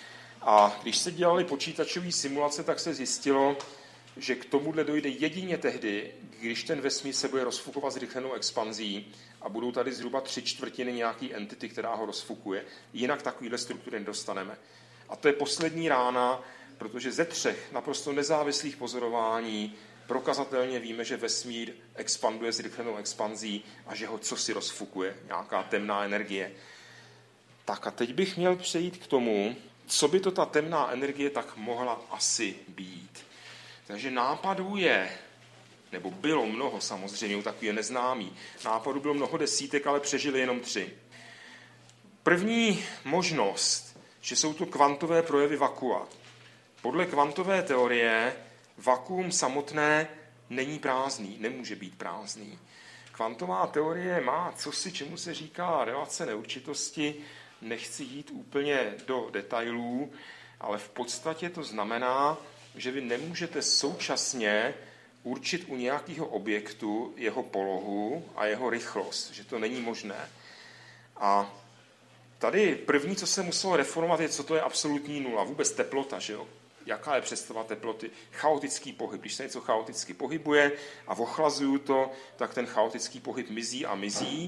A když se dělaly počítačové simulace, tak se zjistilo, že k tomuhle dojde jedině tehdy, když ten vesmír se bude rozfukovat zrychlenou expanzí a budou tady zhruba tři čtvrtiny nějaký entity, která ho rozfukuje. Jinak takovýhle struktury nedostaneme. A to je poslední rána, protože ze třech naprosto nezávislých pozorování prokazatelně víme, že vesmír expanduje zrychlenou expanzí a že ho cosi rozfukuje, nějaká temná energie. Tak a teď bych měl přejít k tomu, co by to ta temná energie tak mohla asi být. Takže nápadů je, nebo bylo mnoho samozřejmě, takový je neznámý. Nápadů bylo mnoho desítek, ale přežili jenom tři. První možnost, že jsou to kvantové projevy vakua. Podle kvantové teorie vakuum samotné není prázdný, nemůže být prázdný. Kvantová teorie má cosi, čemu se říká relace neurčitosti, nechci jít úplně do detailů, ale v podstatě to znamená, že vy nemůžete současně určit u nějakého objektu jeho polohu a jeho rychlost, že to není možné. A tady první, co se muselo reformovat, je, co to je absolutní nula, vůbec teplota, že jo? Jaká je představa teploty? Chaotický pohyb. Když se něco chaoticky pohybuje a ochlazuju to, tak ten chaotický pohyb mizí a mizí.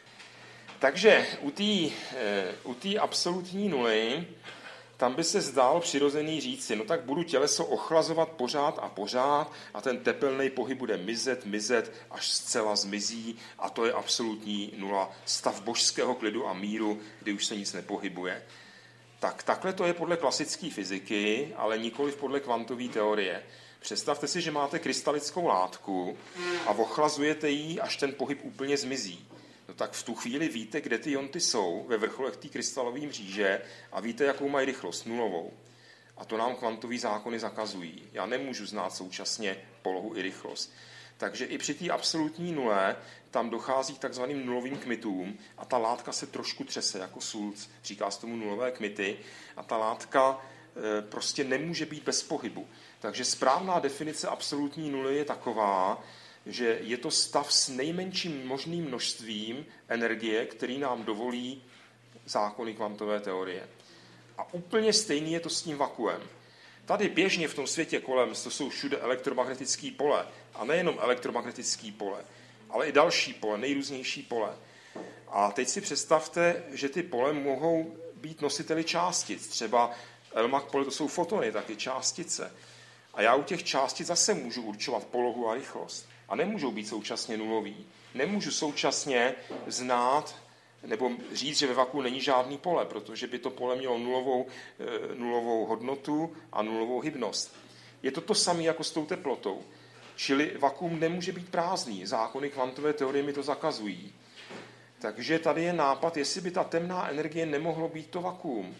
Takže u té u té absolutní nuly tam by se zdálo přirozený říci, no tak budu těleso ochlazovat pořád a pořád a ten tepelný pohyb bude mizet, mizet, až zcela zmizí a to je absolutní nula, stav božského klidu a míru, kdy už se nic nepohybuje. Tak takhle to je podle klasické fyziky, ale nikoliv podle kvantové teorie. Představte si, že máte krystalickou látku a ochlazujete ji, až ten pohyb úplně zmizí. No tak v tu chvíli víte, kde ty jonty jsou ve vrcholech té krystalové mříže a víte, jakou mají rychlost, nulovou. A to nám kvantový zákony zakazují. Já nemůžu znát současně polohu i rychlost. Takže i při té absolutní nule tam dochází k takzvaným nulovým kmitům a ta látka se trošku třese jako sulc, říká se tomu nulové kmity a ta látka e, prostě nemůže být bez pohybu. Takže správná definice absolutní nuly je taková, že je to stav s nejmenším možným množstvím energie, který nám dovolí zákony kvantové teorie. A úplně stejný je to s tím vakuem. Tady běžně v tom světě kolem to jsou všude elektromagnetické pole. A nejenom elektromagnetické pole, ale i další pole, nejrůznější pole. A teď si představte, že ty pole mohou být nositeli částic. Třeba L M A C pole, to jsou fotony, taky částice. A já u těch částic zase můžu určovat polohu a rychlost. A nemůžou být současně nulový. Nemůžu současně znát nebo říct, že ve vakuu není žádný pole, protože by to pole mělo nulovou, nulovou hodnotu a nulovou hybnost. Je to to samé jako s tou teplotou. Čili vakuum nemůže být prázdný. Zákony kvantové teorie mi to zakazují. Takže tady je nápad, jestli by ta temná energie nemohlo být to vakuum.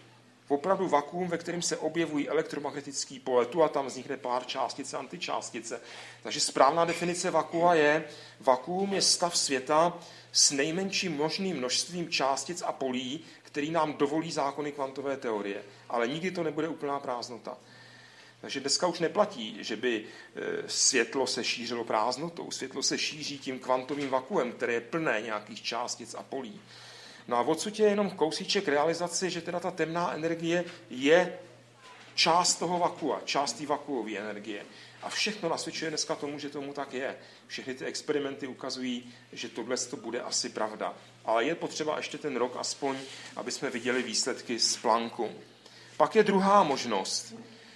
Opravdu vakuum, ve kterém se objevují elektromagnetické pole, tu a tam vznikne pár částice, antičástice. Takže správná definice vakua je, vakuum je stav světa s nejmenším možným množstvím částic a polí, který nám dovolí zákony kvantové teorie. Ale nikdy to nebude úplná prázdnota. Takže dneska už neplatí, že by světlo se šířilo prázdnotou. Světlo se šíří tím kvantovým vakuem, které je plné nějakých částic a polí. No a odsud je jenom kousíček realizace, že teda ta temná energie je část toho vakua, část té vakuové energie. A všechno nasvědčuje dneska tomu, že tomu tak je. Všechny ty experimenty ukazují, že tohle to bude asi pravda. Ale je potřeba ještě ten rok aspoň, aby jsme viděli výsledky z Plancku. Pak je druhá možnost.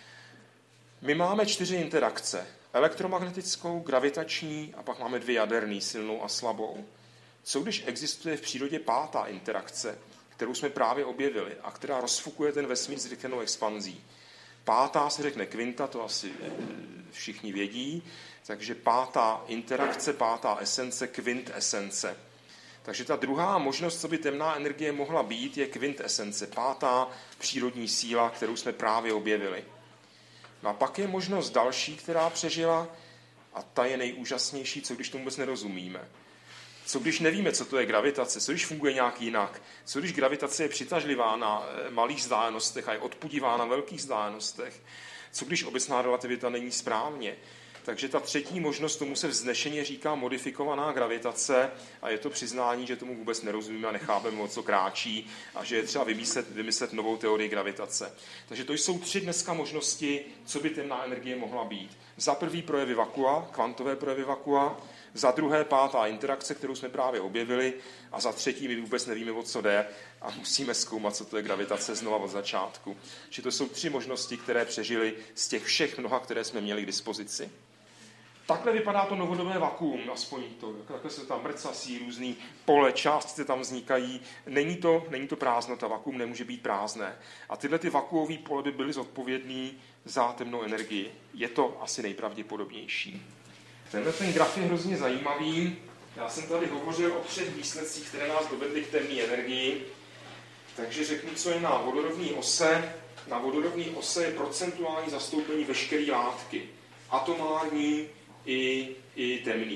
My máme čtyři interakce. Elektromagnetickou, gravitační a pak máme dvě jaderný, silnou a slabou. Co když existuje v přírodě pátá interakce, kterou jsme právě objevili a která rozfukuje ten vesmír s zrychlenou expanzí? Pátá se řekne kvinta, to asi všichni vědí, takže pátá interakce, pátá esence, kvintesence. Takže ta druhá možnost, co by temná energie mohla být, je kvintesence, pátá přírodní síla, kterou jsme právě objevili. No a pak je možnost další, která přežila, a ta je nejúžasnější, co když tomu vůbec nerozumíme. Co když nevíme, co to je gravitace, co když funguje nějak jinak, co když gravitace je přitažlivá na malých vzdálenostech a je odpudivá na velkých vzdálenostech, co když obecná relativita není správně. Takže ta třetí možnost, tomu se vznešeně říká modifikovaná gravitace a je to přiznání, že tomu vůbec nerozumíme a nechápeme, o co kráčí a že je třeba vymyslet, vymyslet novou teorii gravitace. Takže to jsou tři dneska možnosti, co by temná energie mohla být. Za prvý projevy vakua, kvantové projevy vakua, za druhé pátá interakce, kterou jsme právě objevili a za třetí my vůbec nevíme, o co jde a musíme zkoumat, co to je gravitace znova od začátku. Že to jsou tři možnosti, které přežily z těch všech mnoha, které jsme měli k dispozici. Takhle vypadá to novodobé vakuum, aspoň to, takhle se tam mrcasí, různý pole, částice tam vznikají. Není to, není to prázdnota, vakuum nemůže být prázdné. A tyhle ty vakuové pole by byly zodpovědný za temnou energii. Je to asi nejpravděpodobnější. Tenhle ten graf je hrozně zajímavý. Já jsem tady hovořil o třech výsledcích, které nás dovedly k temné energii. Takže řeknu, co je na vodorovné ose. Na vodorovné ose je procentuální zastoupení veškeré látky. Atomární i, i temný.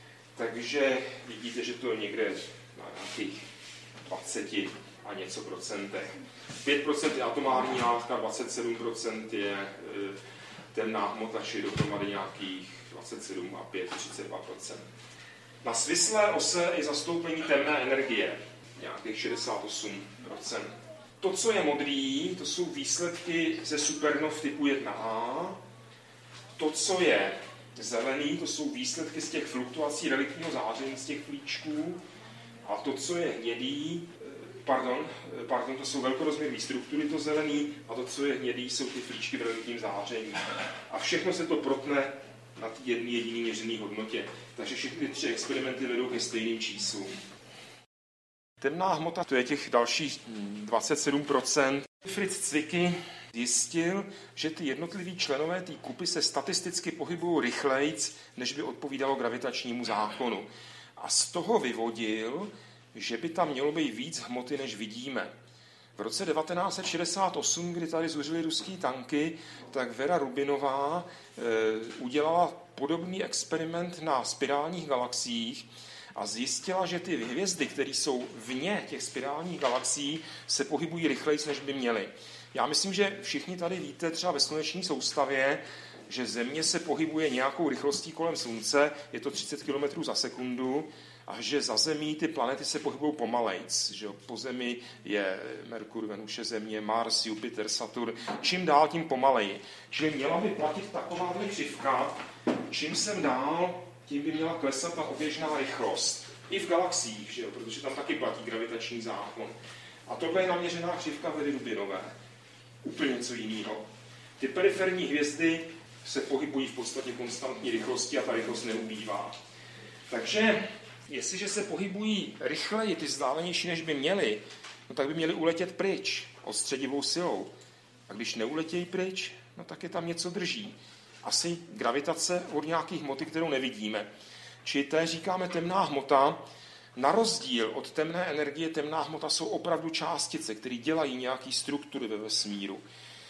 Takže vidíte, že to je někde na nějakých dvacet a něco procentech. pět procent je atomární látka, dvacet sedm procent je e, temná hmota, či dohromady nějakých dvacet sedm a pět, třicet dva procent. Na svislé ose je zastoupení temné energie, nějakých šedesát osm procent. To, co je modrý, to jsou výsledky ze supernov typu jedna A. To, co je zelený, to jsou výsledky z těch fluktuací reliktního záření z těch flíčků. A to, co je hnědý, pardon, pardon to jsou velkorozměrné struktury, to zelený, a to, co je hnědý, jsou ty flíčky v reliktním záření. A všechno se to protne na té jedné jediné měřené hodnotě. Takže všechny tři experimenty vedou ke stejným číslům. Temná hmota, to je těch dalších dvacet sedm procent. Fritz Zwicky zjistil, že ty jednotliví členové té kupy se statisticky pohybují rychlejc, než by odpovídalo gravitačnímu zákonu. A z toho vyvodil, že by tam mělo být víc hmoty, než vidíme. V roce devatenáct set šedesát osm, kdy tady zuřily ruský tanky, tak Vera Rubinová e, udělala podobný experiment na spirálních galaxiích a zjistila, že ty hvězdy, které jsou vně těch spirálních galaxií, se pohybují rychleji, než by měly. Já myslím, že všichni tady víte třeba ve sluneční soustavě, že Země se pohybuje nějakou rychlostí kolem Slunce, je to třicet kilometrů za sekundu, a že za Zemí ty planety se pohybují pomalejc. Že po Zemi je Merkur, Venuše, Země, Mars, Jupiter, Saturn. Čím dál, tím pomaleji. Čili měla by platit takováhle křivka, čím sem dál, tím by měla klesat ta oběžná rychlost. I v galaxiích, že jo? Protože tam taky platí gravitační zákon. A tohle je naměřená křivka Very Rubinové. Úplně něco jiného. Ty periferní hvězdy se pohybují v podstatě konstantní rychlosti a ta rychlost neubývá. Takže jestliže se pohybují rychleji, ty vzdálenější, než by měly, no tak by měly uletět pryč odstředivou silou. A když neuletějí pryč, no tak je tam něco drží. Asi gravitace od nějakých hmoty, kterou nevidíme. Čili té říkáme temná hmota Na rozdíl od temné energie, temná hmota jsou opravdu částice, které dělají nějaké struktury ve vesmíru.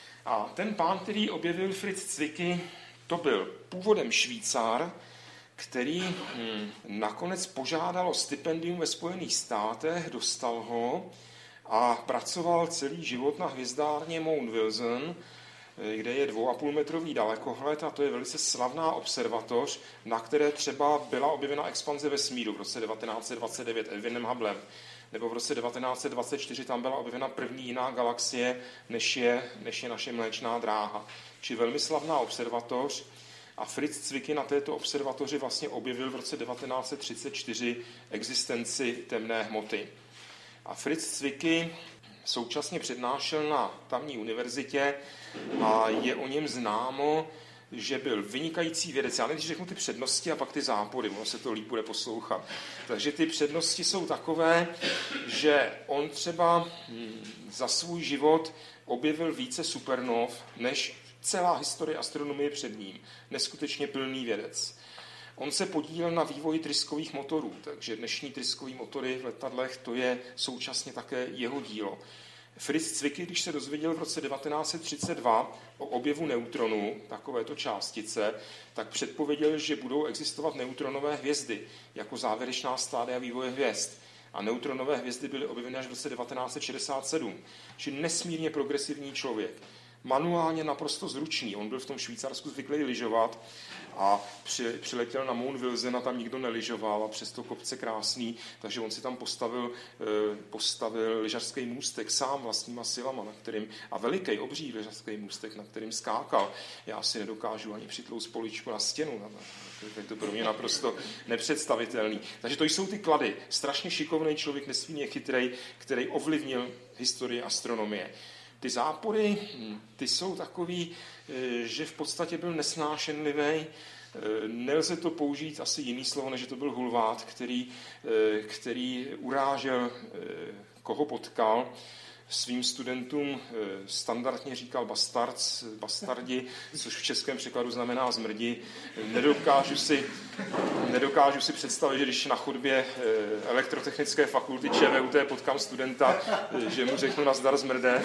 A ten pán, který objevil Fritz Zwicky, to byl původem Švýcar, který hm, nakonec požádal o stipendium ve Spojených státech, dostal ho a pracoval celý život na hvězdárně Mount Wilson, kde je dvou a půl metrový dalekohled a to je velice slavná observatoř, na které třeba byla objevena expanze vesmíru v roce devatenáct set dvacet devět Edwinem Hubblem, nebo v roce devatenáct set dvacet čtyři tam byla objevena první jiná galaxie, než je, než je naše Mléčná dráha. Či velmi slavná observatoř a Fritz Zwicky na této observatoři vlastně objevil v roce devatenáct set třicet čtyři existenci temné hmoty. A Fritz Zwicky současně přednášel na tamní univerzitě a je o něm známo, že byl vynikající vědec. Já nejdřív řeknu ty přednosti a pak ty zápory, ono se to líp bude poslouchat. Takže ty přednosti jsou takové, že on třeba za svůj život objevil více supernov, než celá historie astronomie před ním. Neskutečně plný vědec. On se podílel na vývoji tryskových motorů, takže dnešní tryskové motory v letadlech, to je současně také jeho dílo. Fritz Zwicky, když se dozvěděl v roce devatenáct set třicet dva o objevu neutronů, takovéto částice, tak předpověděl, že budou existovat neutronové hvězdy jako závěrečná stádia vývoje hvězd. A neutronové hvězdy byly objeveny až v roce devatenáct set šedesát sedm. Čili nesmírně progresivní člověk. Manuálně naprosto zručný. On byl v tom Švýcarsku zvyklý lyžovat a při, přiletěl na Mount Wilson a tam nikdo nelyžoval a přesto kopce krásný, takže on si tam postavil, postavil lyžařský můstek sám vlastníma silama, na kterým, a veliký, obří lyžařský můstek, na kterým skákal. Já si nedokážu ani přitlout poličku na stěnu, je to pro mě naprosto nepředstavitelný. Takže to jsou ty klady. Strašně šikovný člověk, nesmírně chytrej, který ovlivnil historii astronomie. Ty zápory, ty jsou takový, že v podstatě byl nesnášenlivý. Nelze to použít asi jiný slovo, než že to byl hulvát, který, který urážel, koho potkal. Svým studentům standardně říkal bastards, bastardi, což v českém překladu znamená zmrdi. Nedokážu si, nedokážu si představit, že když na chodbě elektrotechnické fakulty ČVUT potkám studenta, že mu řeknu nazdar zmrde.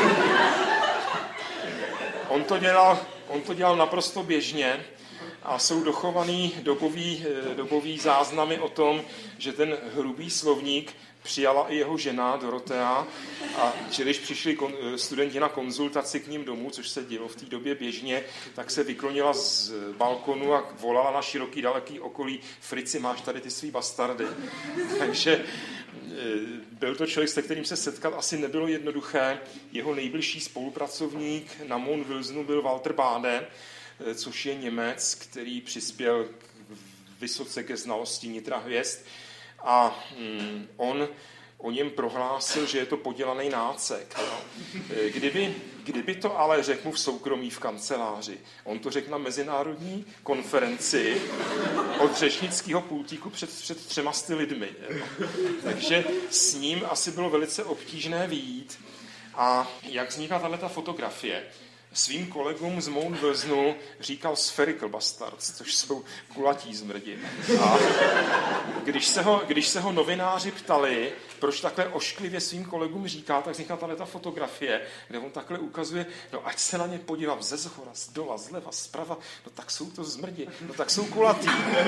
On to dělal, on to dělal naprosto běžně a jsou dochovaný dobový, dobový záznamy o tom, že ten hrubý slovník přijala i jeho žena Dorotea a že když přišli kon, studenti na konzultaci k ním domů, což se dělo v té době běžně, tak se vyklonila z balkonu a volala na široký, daleký okolí: Frici, máš tady ty svý bastardy. Takže byl to člověk, se kterým se setkat asi nebylo jednoduché. Jeho nejbližší spolupracovník na Mount Wilsonu byl Walter Bade, což je Němec, který přispěl vysoce ke znalosti nitra hvězd. A mm, on o něm prohlásil, že je to podělaný nácek. No. Kdyby, kdyby to ale řekl mu v soukromí v kanceláři, on to řekl na mezinárodní konferenci od řečnického pultíku před, před třema sty lidmi. No. Takže s ním asi bylo velice obtížné vyjít. A jak vznikla tato fotografie? Svým kolegům z Mount Wilsonu říkal spherical bastards, což jsou kulatí zmrdi. A když se ho, když se ho novináři ptali, proč takhle ošklivě svým kolegům říká, tak vznikla tato fotografie, kde on takhle ukazuje, no ať se na ně podívám ze zhora, z dola, zleva, zprava, no tak jsou to zmrdi, no tak jsou kulatí.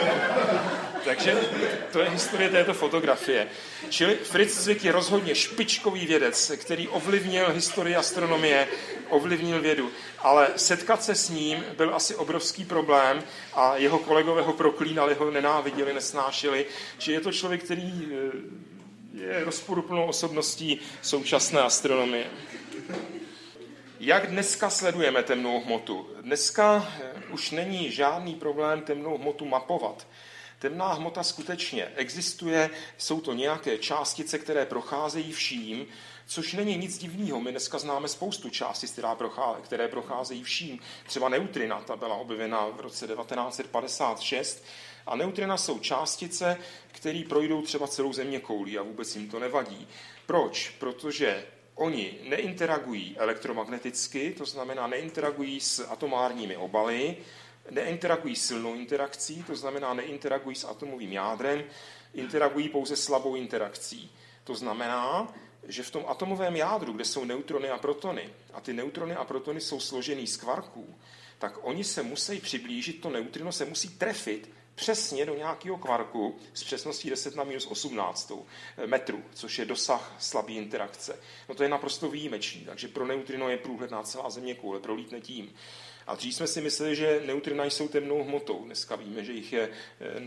Takže to je historie této fotografie. Čili Fritz Zwicky je rozhodně špičkový vědec, který ovlivnil historii astronomie, ovlivnil vědu. Ale setkat se s ním byl asi obrovský problém a jeho kolegové ho proklínali, ho nenáviděli, nesnášeli. Že je to člověk, který je rozporuplnou osobností současné astronomie. Jak dneska sledujeme temnou hmotu? Dneska už není žádný problém temnou hmotu mapovat. Temná hmota skutečně existuje, jsou to nějaké částice, které procházejí vším, což není nic divného. My dneska známe spoustu částic, které procházejí vším. Třeba neutrina, ta byla objevena v roce devatenáct set padesát šest. A neutrina jsou částice, které projdou třeba celou zeměkoulí a vůbec jim to nevadí. Proč? Protože oni neinteragují elektromagneticky, to znamená neinteragují s atomárními obaly, neinteragují silnou interakcí, to znamená neinteragují s atomovým jádrem, interagují pouze slabou interakcí. To znamená, že v tom atomovém jádru, kde jsou neutrony a protony, a ty neutrony a protony jsou složený z kvarků, tak oni se musí přiblížit, to neutrino se musí trefit přesně do nějakého kvarku s přesností deset na minus osmnáct metrů, což je dosah slabé interakce. No to je naprosto výjimečný, takže pro neutrino je průhledná celá zeměkoule, prolítne tím. A dřív jsme si mysleli, že neutrina jsou temnou hmotou. Dneska víme, že jich je e,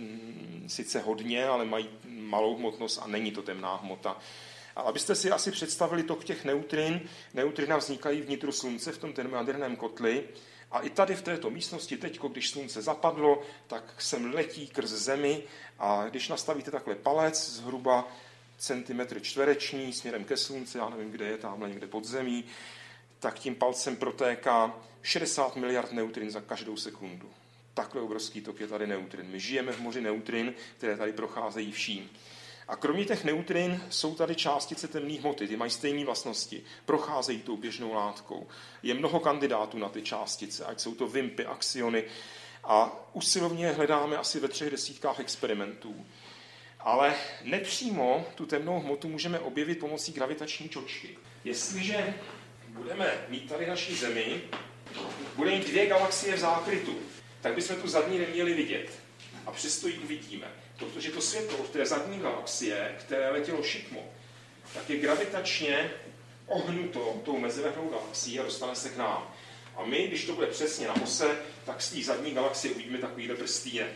sice hodně, ale mají malou hmotnost a není to temná hmota. A abyste si asi představili tok těch neutrin, neutrina vznikají v nitru slunce v tom termojaderném kotli. A i tady v této místnosti teď, když slunce zapadlo, tak sem letí krz zemi a když nastavíte takhle palec zhruba centimetr čtvereční směrem ke slunci, já nevím, kde je, tamhle někde pod zemí, tak tím palcem protéká šedesát miliard neutrin za každou sekundu. Takhle obrovský tok je tady neutrin. My žijeme v moři neutrin, které tady procházejí vším. A kromě těch neutrin jsou tady částice temné hmoty, ty mají stejné vlastnosti, procházejí tou běžnou látkou. Je mnoho kandidátů na ty částice, ať jsou to vimpy, axiony, a usilovně hledáme asi ve třech desítkách experimentů. Ale nepřímo tu temnou hmotu můžeme objevit pomocí gravitační čočky. Jestliže budeme mít tady naší Zemi, bude mít dvě galaxie v zákrytu, tak bychom tu zadní neměli vidět. A přesto ji uvidíme. Protože to světlo v té zadní galaxie, které letělo šikmo, tak je gravitačně ohnuto tou mezivrchnou galaxií a dostane se k nám. A my, když to bude přesně na ose, tak z té zadní galaxie uvidíme takovýhle prstýnek.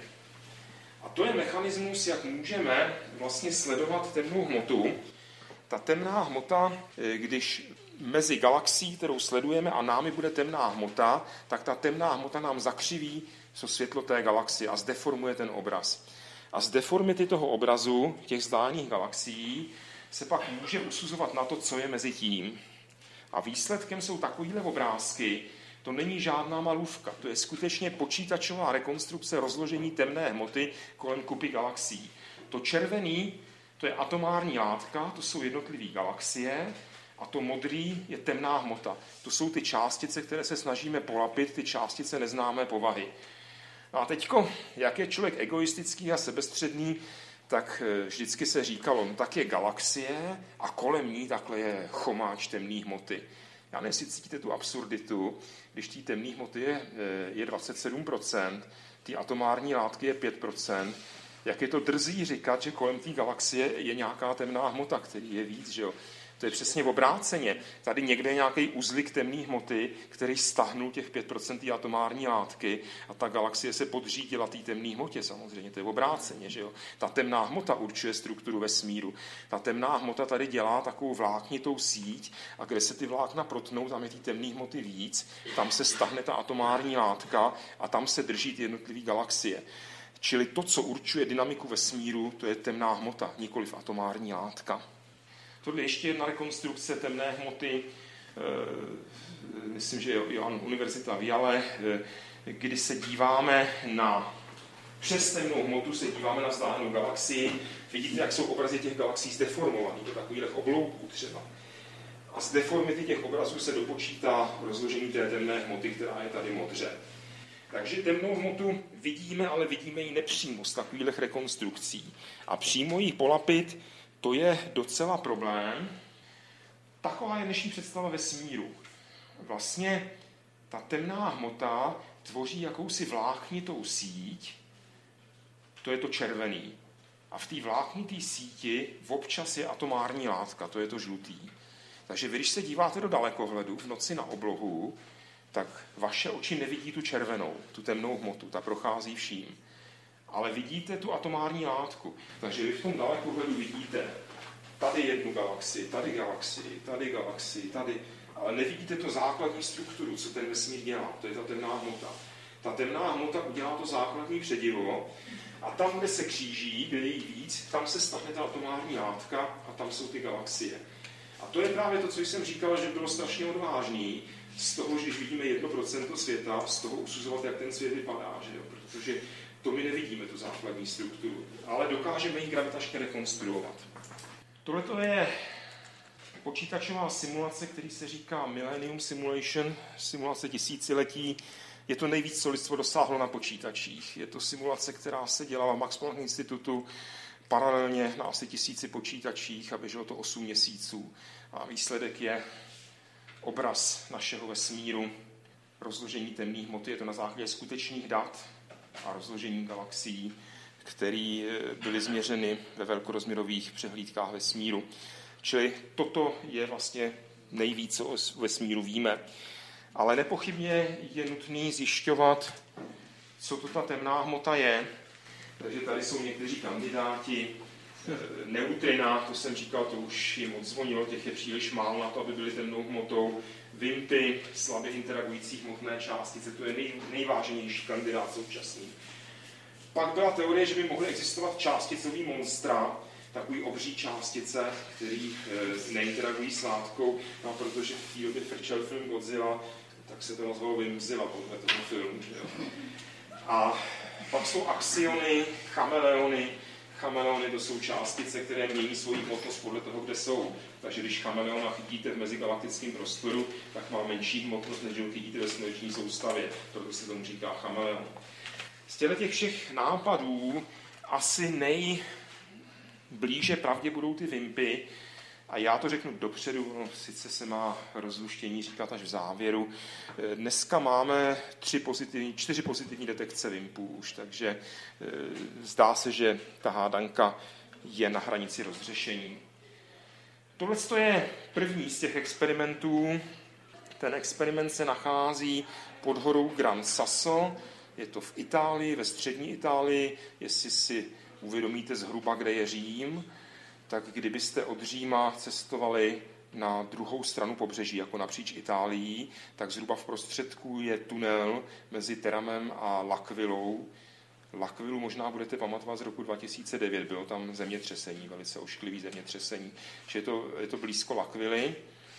A to je mechanismus, jak můžeme vlastně sledovat temnou hmotu. Ta temná hmota, když mezi galaxií, kterou sledujeme, a námi bude temná hmota, tak ta temná hmota nám zakřiví co světlo té galaxie a zdeformuje ten obraz. A z deformity toho obrazu těch vzdálených galaxií se pak může usuzovat na to, co je mezi tím. A výsledkem jsou takovýhle obrázky. To není žádná malůvka, to je skutečně počítačová rekonstrukce rozložení temné hmoty kolem kupy galaxií. To červený, to je atomární látka, to jsou jednotlivé galaxie, a to modrý je temná hmota. To jsou ty částice, které se snažíme polapit, ty částice neznámé povahy. No a teďko, jak je člověk egoistický a sebestředný, tak vždycky se říkalo, no tak je galaxie a kolem ní takhle je chomáč temné hmoty. Já nevím, jestli cítíte tu absurditu, když té temné hmoty je, je dvacet sedm procent, ty atomární látky je pět procent, jak je to drzí říkat, že kolem té galaxie je nějaká temná hmota, který je víc, že jo? To je přesně obráceně. Tady někde je nějaký uzlik temné hmoty, který stahnul těch pět procent atomární látky a ta galaxie se podřídila té temné hmotě samozřejmě. To je obráceně, že jo? Ta temná hmota určuje strukturu vesmíru. Ta temná hmota tady dělá takovou vláknitou síť a kde se ty vlákna protnou, tam je té temné hmoty víc, tam se stahne ta atomární látka a tam se drží ty jednotlivé galaxie. Čili to, co určuje dynamiku vesmíru, to je temná hmota, nikoliv atomární látka. Tohle je ještě jedna rekonstrukce temné hmoty, e, myslím, že Johann Univerzita v Jale, e, kdy se díváme na, přes temnou hmotu se díváme na vzdálenou galaxii. Vidíte, jak jsou obrazy těch galaxií zdeformovaný, do takových oblouků třeba. A z deformity těch obrazů se dopočítá rozložení té temné hmoty, která je tady modře. Takže temnou hmotu vidíme, ale vidíme ji nepřímo z takových rekonstrukcí. A přímo ji polapit, to je docela problém. Taková je dnešní představa vesmíru. Vlastně ta temná hmota tvoří jakousi vláknitou síť, to je to červený. A v té vláknité síti občas je atomární látka, to je to žlutý. Takže vy, když se díváte do dalekohledu v noci na oblohu, tak vaše oči nevidí tu červenou, tu temnou hmotu, ta prochází vším. Ale vidíte tu atomární látku. Takže vy v tom dalekohledu vidíte tady jednu galaxii, tady galaxii, tady galaxii, tady, ale nevidíte to základní strukturu, co ten vesmír dělá. To je ta temná hmota. Ta temná hmota udělá to základní předivo a tam, kde se kříží, kde je jí víc, tam se stahne ta atomární látka a tam jsou ty galaxie. A to je právě to, co jsem říkal, že bylo strašně odvážný, z toho, že když vidíme jedno procento světa, z toho usuzovat, jak ten svět vypadá, že jo? Protože to my nevidíme, tu základní strukturu, ale dokážeme ji gravitačně rekonstruovat. Tohle je počítačová simulace, který se říká Millennium Simulation, simulace tisíciletí. Je to nejvíc, co lidstvo dosáhlo na počítačích. Je to simulace, která se dělala v Max Planck institutu paralelně na asi tisíci počítačích a běželo to osm měsíců. A výsledek je obraz našeho vesmíru, rozložení temných hmoty, je to na základě skutečných dat a rozložení galaxií, které byly změřeny ve velkorozměrových přehlídkách vesmíru. Čili toto je vlastně nejvíc, co o vesmíru víme. Ale nepochybně je nutné zjišťovat, co to ta temná hmota je. Takže tady jsou někteří kandidáti. Neutrina, to jsem říkal, to už jim odzvonilo, těch je příliš málo na to, aby byly temnou hmotou. Vimpy, slabě interagující hmotné částice, to je nej, nejváženější kandidát současný. Pak byla teorie, že by mohly existovat částicový monstra, takový obří částice, který e, neinteragují s látkou, no, protože v té době frčel film Godzilla, tak se to nazvalo Vimzilla podle toho filmu. Jo. A pak jsou axiony, chameleony. Chameleony to jsou částice, které mění svoji hmotnost podle toho, kde jsou. Takže když chameleona chytíte v mezigalaktickém prostoru, tak má menší hmotnost, než ho chytíte ve sluneční soustavě. Proto se tomu říká chameleon. Z těch všech nápadů asi nejblíže pravdě budou ty vimpy. A já to řeknu dopředu, no, sice se má rozluštění říkat až v závěru. Dneska máme tři pozitivní, čtyři pozitivní detekce vimpů už, takže e, zdá se, že ta hádanka je na hranici rozřešení. Tohle je první z těch experimentů. Ten experiment se nachází pod horou Gran Sasso. Je to v Itálii, ve střední Itálii, jestli si uvědomíte zhruba, kde je Řím, tak kdybyste od Říma cestovali na druhou stranu pobřeží, jako napříč Itálií, tak zhruba v prostředku je tunel mezi Teramem a L'Aquilou. L'Aquilu možná budete pamatovat z roku dva tisíce devět, bylo tam zemětřesení, velice ošklivý zemětřesení. Že je to, je to blízko L'Aquily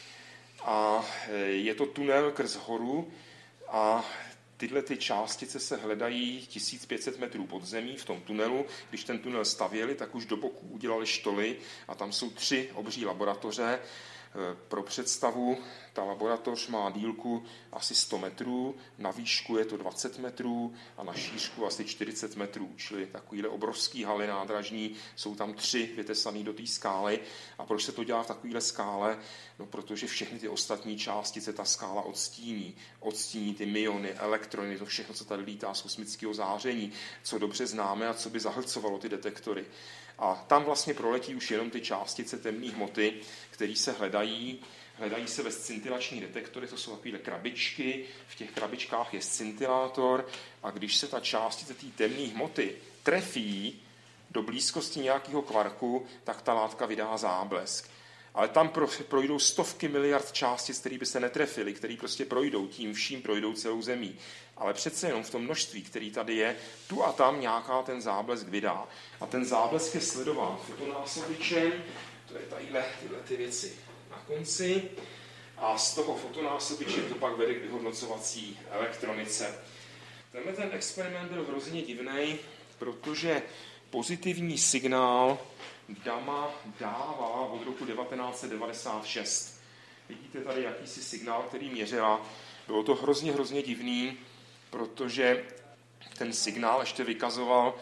a je to tunel krz horu a tyhle ty částice se hledají tisíc pět set metrů pod zemí v tom tunelu. Když ten tunel stavěli, tak už do boku udělali štoly a tam jsou tři obří laboratoře. Pro představu, ta laboratoř má dílku asi sto metrů, na výšku je to dvacet metrů a na šířku asi čtyřicet metrů, čili takovýhle obrovský haly nádražní, jsou tam tři vytesaný do té skály. A proč se to dělá v takovýhle skále? No, protože všechny ty ostatní částice ta skála odstíní. Odstíní ty myony, elektrony, to všechno, co tady lítá z kosmického záření, co dobře známe a co by zahlcovalo ty detektory. A tam vlastně proletí už jenom ty částice temné hmoty, které se hledají. Hledají se ve scintilační detektory, to jsou takové krabičky, v těch krabičkách je scintilátor a když se ta částice té temné hmoty trefí do blízkosti nějakého kvarku, tak ta látka vydá záblesk. Ale tam projdou stovky miliard částic, které by se netrefily, které prostě projdou, tím vším projdou celou zemí. Ale přece jenom v tom množství, který tady je, tu a tam nějaká ten záblesk vydá. A ten záblesk je sledován fotonásobičem, to je tadyhle tyhle ty věci na konci, a z toho fotonásobiče to pak vede k vyhodnocovací elektronice. Tenhle ten experiment byl hrozně divný, protože pozitivní signál Dama dává od roku devatenáct set devadesát šest. Vidíte tady jakýsi signál, který měřila. Bylo to hrozně, hrozně divný, protože ten signál ještě vykazoval,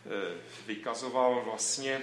vykazoval vlastně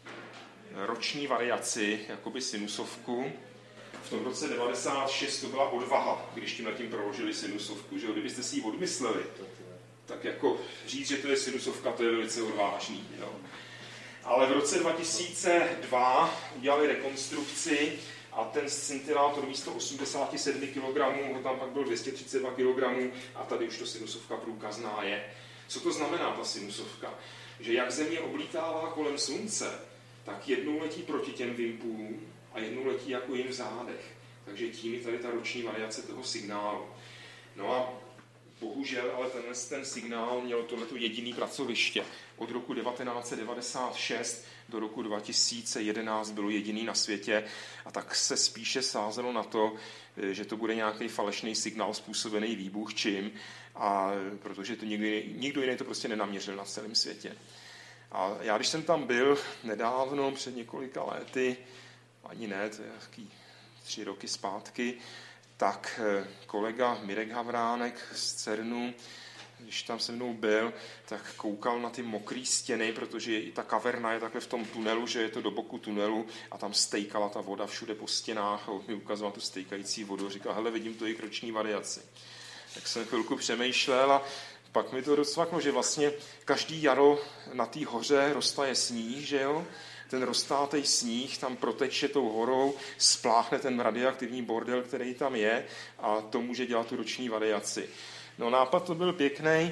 roční variaci, jakoby sinusovku. V tom roce devadesát šest to byla odvaha, když tím na tím proložili sinusovku. Že? Kdybyste si ji odmysleli, tak jako říct, že to je sinusovka, to je velice odvážný. Jo? Ale v roce dva tisíce dva udělali rekonstrukci a ten scintilátor místo osmdesát sedm kilogramů, tam pak byl dvě stě třicet dva kilogramů a tady už to sinusovka průkazná je. Co to znamená ta sinusovka? Že jak Země oblítává kolem Slunce, tak jednou letí proti těm vimpům a jednou letí jako jim v zádech. Takže tím je tady ta roční variace toho signálu. No a bohužel, ale tenhle ten signál měl tohleto jediný pracoviště. Od roku devatenáct set devadesát šest do roku dva tisíce jedenáct bylo jediný na světě a tak se spíše sázelo na to, že to bude nějaký falešný signál způsobený výbuch čím, a protože to nikdo, nikdo jiný to prostě nenaměřil na celém světě. A já, když jsem tam byl nedávno, před několika lety, ani ne, to je takový tři roky zpátky, tak kolega Mirek Havránek z CERNu když tam se mnou byl, tak koukal na ty mokré stěny, protože i ta kaverna je takhle v tom tunelu, že je to do boku tunelu a tam stejkala ta voda všude po stěnách a on mi ukazoval tu stejkající vodu a říkal, hele, vidím to i roční variaci. Tak jsem chvilku přemýšlel a pak mi to rozsvaklo, že vlastně každý jaro na té hoře roztaje sníh, že jo? Ten roztátej sníh tam proteče tou horou, spláchne ten radioaktivní bordel, který tam je a to může dělat tu roční variaci. No nápad to byl pěkný.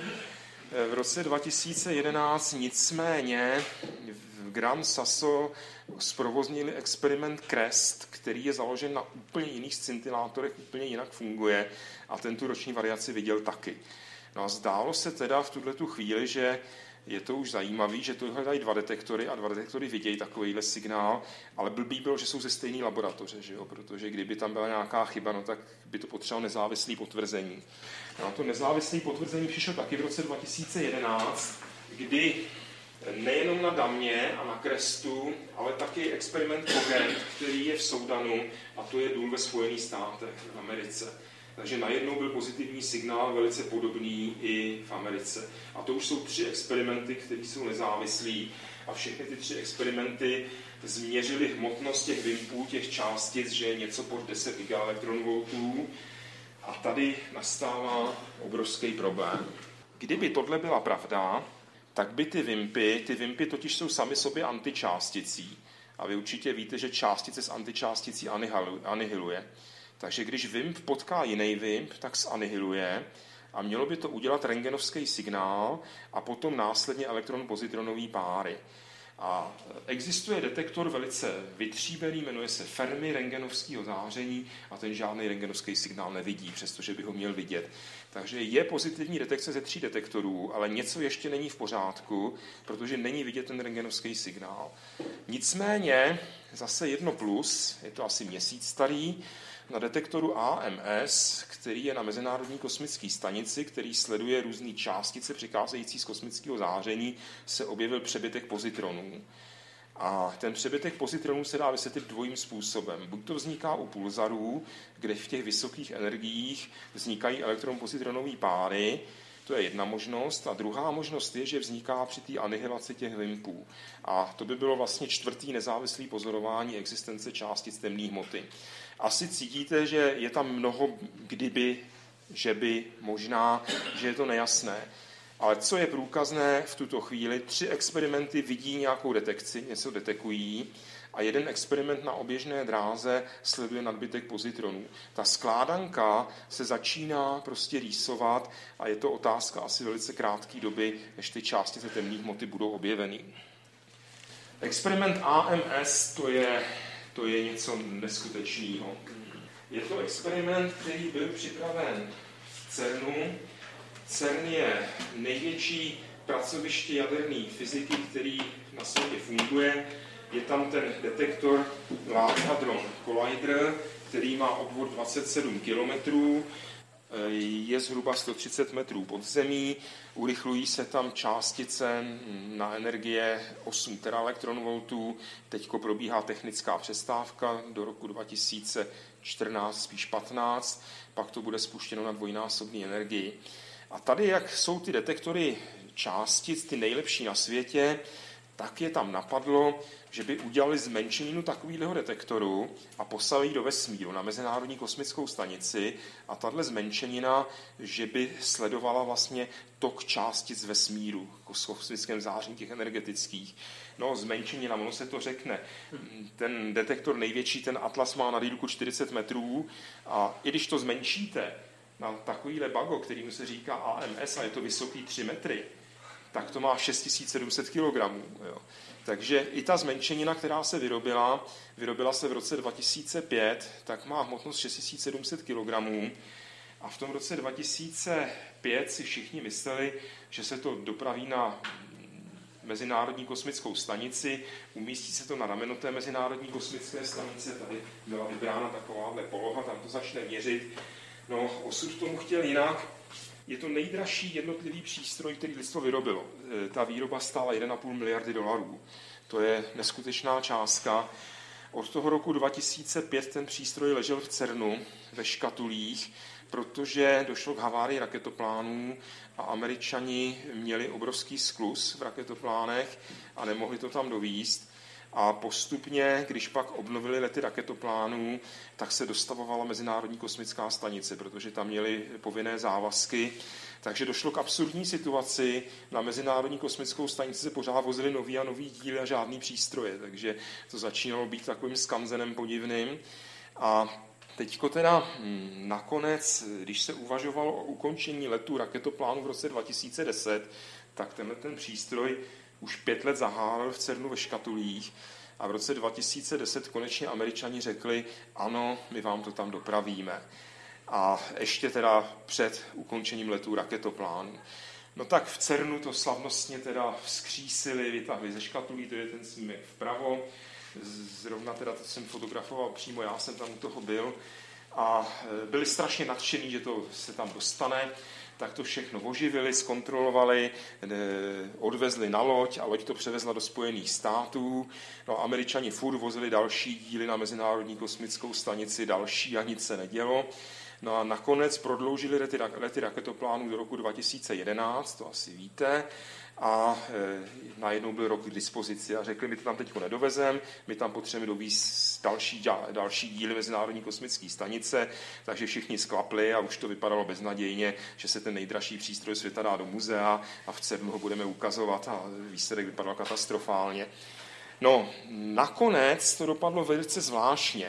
V roce dva tisíce jedenáct nicméně v Gran Sasso zprovoznili experiment CREST, který je založen na úplně jiných scintilátorech, úplně jinak funguje a ten tu roční variaci viděl taky. No a zdálo se teda v tuhletu chvíli, že je to už zajímavý, že to hledají dva detektory a dva detektory vidějí takovýhle signál, ale blbý bylo, že jsou ze stejné laboratoře, že jo? Protože kdyby tam byla nějaká chyba, no tak by to potřebovalo nezávislé potvrzení. No a to nezávislé potvrzení přišlo taky v roce dva tisíce jedenáct, kdy nejenom na Damě a na Crestu, ale taky experiment Cogent, který je v Soudanu a to je důl ve Spojených státech v Americe. Takže najednou byl pozitivní signál velice podobný i v Americe. A to už jsou tři experimenty, které jsou nezávislí. A všechny ty tři experimenty změřily hmotnost těch vimpů, těch částic, že je něco pod deset gigaelektronvoltů. A tady nastává obrovský problém. Kdyby tohle byla pravda, tak by ty vimpy, ty vimpy totiž jsou sami sobě antičásticí. A vy určitě víte, že částice s antičásticí anihiluje. Takže když vimp potká jiný vimp, tak zanihiluje a mělo by to udělat rentgenovský signál a potom následně elektron-pozitronové páry. A existuje detektor velice vytříbený, jmenuje se Fermi rentgenovského záření a ten žádný rentgenovský signál nevidí, přestože by ho měl vidět. Takže je pozitivní detekce ze tří detektorů, ale něco ještě není v pořádku, protože není vidět ten rentgenovský signál. Nicméně zase jedno plus, je to asi měsíc starý, na detektoru A M S, který je na Mezinárodní kosmické stanici, který sleduje různé částice přicházející z kosmického záření, se objevil přebytek pozitronů. A ten přebytek pozitronů se dá vysvětlit dvojím způsobem. Buď to vzniká u pulzarů, kde v těch vysokých energiích vznikají elektron-pozitronové páry, to je jedna možnost. A druhá možnost je, že vzniká při té anihilaci těch vimpů. A to by bylo vlastně čtvrtý nezávislý pozorování existence částic temné hmoty. Asi cítíte, že je tam mnoho kdyby, že by, možná, že je to nejasné. Ale co je průkazné v tuto chvíli, tři experimenty vidí nějakou detekci, něco detekují a jeden experiment na oběžné dráze sleduje nadbytek pozitronů. Ta skládanka se začíná prostě rýsovat a je to otázka asi velice krátké doby, než ty částice temné hmoty budou objeveny. Experiment A M S to je, to je něco neskutečného. Je to experiment, který byl připraven v CERNu. CERN je největší pracoviště jaderné fyziky, který na světě funguje. Je tam ten detektor Large Hadron Collider, který má obvod dvacet sedm kilometrů, je zhruba sto třicet metrů pod zemí, urychlují se tam částice na energie osm teraelektronvoltů, teďko probíhá technická přestávka do roku dva tisíce čtrnáct, spíš patnáct, pak to bude spuštěno na dvojnásobné energii. A tady, jak jsou ty detektory částic, ty nejlepší na světě, tak je tam napadlo, že by udělali zmenšeninu takového detektoru a poslali do vesmíru na Mezinárodní kosmickou stanici a tahle zmenšenina, že by sledovala vlastně tok částic vesmíru s kosmickém záření těch energetických. No, zmenšenina, ono se to řekne. Ten detektor největší, ten Atlas má na délku čtyřicet metrů a i když to zmenšíte na takovýhle bago, kterým se říká A M S a je to vysoký tři metry, tak to má šest tisíc sedm set kilogramů. Jo. Takže i ta zmenšenina, která se vyrobila, vyrobila se v roce dva tisíce pět, tak má hmotnost šest tisíc sedm set kilogramů. A v tom roce dva tisíce pět si všichni mysleli, že se to dopraví na Mezinárodní kosmickou stanici, umístí se to na rameno té Mezinárodní kosmické stanice, tady byla vybrána takováhle poloha, tam to začne měřit. No, osud tomu chtěl jinak. Je to nejdražší jednotlivý přístroj, který lidstvo vyrobilo. Ta výroba stála jedna celá pět miliardy dolarů. To je neskutečná částka. Od toho roku dva tisíce pět ten přístroj ležel v CERNu ve škatulích, protože došlo k havárii raketoplánů a Američani měli obrovský skluz v raketoplánech a nemohli to tam dovízt. A postupně, když pak obnovili lety raketoplánů, tak se dostavovala Mezinárodní kosmická stanice, protože tam měli povinné závazky. Takže došlo k absurdní situaci. Na Mezinárodní kosmickou stanici se pořád vozili nový a nový díly a žádný přístroje. Takže to začínalo být takovým skanzenem podivným. A teďko teda nakonec, když se uvažovalo o ukončení letu raketoplánu v roce dva tisíce deset, tak tenhle ten přístroj už pět let zahálel v CERNu ve škatulích a v roce dva tisíce deset konečně Američani řekli, ano, my vám to tam dopravíme. A ještě teda před ukončením letu raketoplánu. No tak v CERNu to slavnostně teda vzkřísili, vytáhli ze škatulí, to je ten snímek vpravo. Zrovna teda to jsem fotografoval přímo, já jsem tam u toho byl. A byli strašně nadšení, že to se tam dostane. Tak to všechno oživili, zkontrolovali, odvezli na loď a loď to převezla do Spojených států. No a Američani furt vozili další díly na Mezinárodní kosmickou stanici, další a nic se nedělo. No a nakonec prodloužili lety, lety raketoplánů do roku dva tisíce jedenáct, to asi víte, a e, najednou byl rok k dispozici a řekli, my to tam teď nedovezem, my tam potřebujeme dovízt další, další díly Mezinárodní kosmické stanice, takže všichni sklapli a už to vypadalo beznadějně, že se ten nejdražší přístroj světa dá do muzea a v CERNu ho budeme ukazovat a výsledek vypadal katastrofálně. No, nakonec to dopadlo velice zvláštně.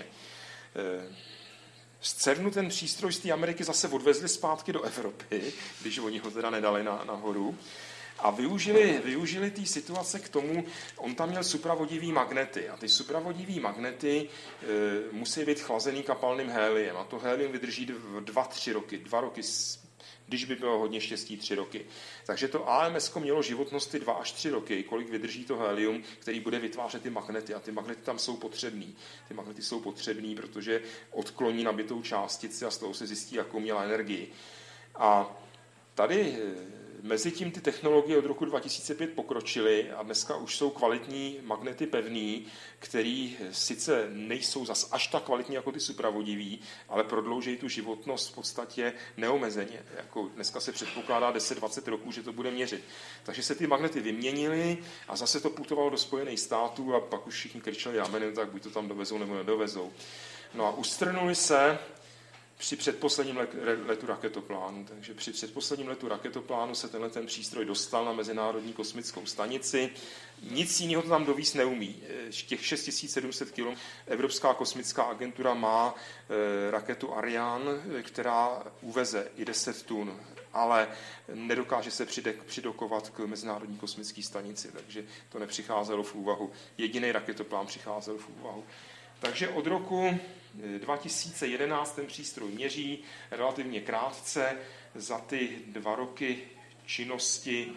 E, Z CERNu ten přístroj z té Ameriky zase odvezli zpátky do Evropy, když oni ho teda nedali na, nahoru. A využili, využili té situace k tomu, on tam měl supravodivý magnety. A ty supravodivý magnety e, musí být chlazený kapalným héliem. A to hélium vydrží dva, tři roky. Dva roky, když by bylo hodně štěstí, tři roky. Takže to A M S ko mělo životnosti dva až tři roky, kolik vydrží to hélium, který bude vytvářet ty magnety. A ty magnety tam jsou potřebný. Ty magnety jsou potřebný, protože odkloní nabitou částici a z toho se zjistí, jakou měla energii. A tady mezi tím ty technologie od roku dva tisíce pět pokročily a dneska už jsou kvalitní magnety pevný, který sice nejsou zas až tak kvalitní jako ty supravodivý, ale prodlouží tu životnost v podstatě neomezeně. Jako dneska se předpokládá deset dvacet roků, že to bude měřit. Takže se ty magnety vyměnily a zase to putovalo do Spojených států a pak už všichni krčeli ramenem, tak buď to tam dovezou nebo nedovezou. No a ustrnuli se při předposledním letu raketoplánu. Takže při předposledním letu raketoplánu se tenhle ten přístroj dostal na Mezinárodní kosmickou stanici. Nic jiného to tam dovízt neumí. Těch šest tisíc sedm set kilometrů Evropská kosmická agentura má raketu Ariane, která uveze i deset tun, ale nedokáže se přidokovat k Mezinárodní kosmické stanici, takže to nepřicházelo v úvahu. Jediný raketoplán přicházel v úvahu. Takže od roku dva tisíce jedenáct ten přístroj měří relativně krátce. Za ty dva roky činnosti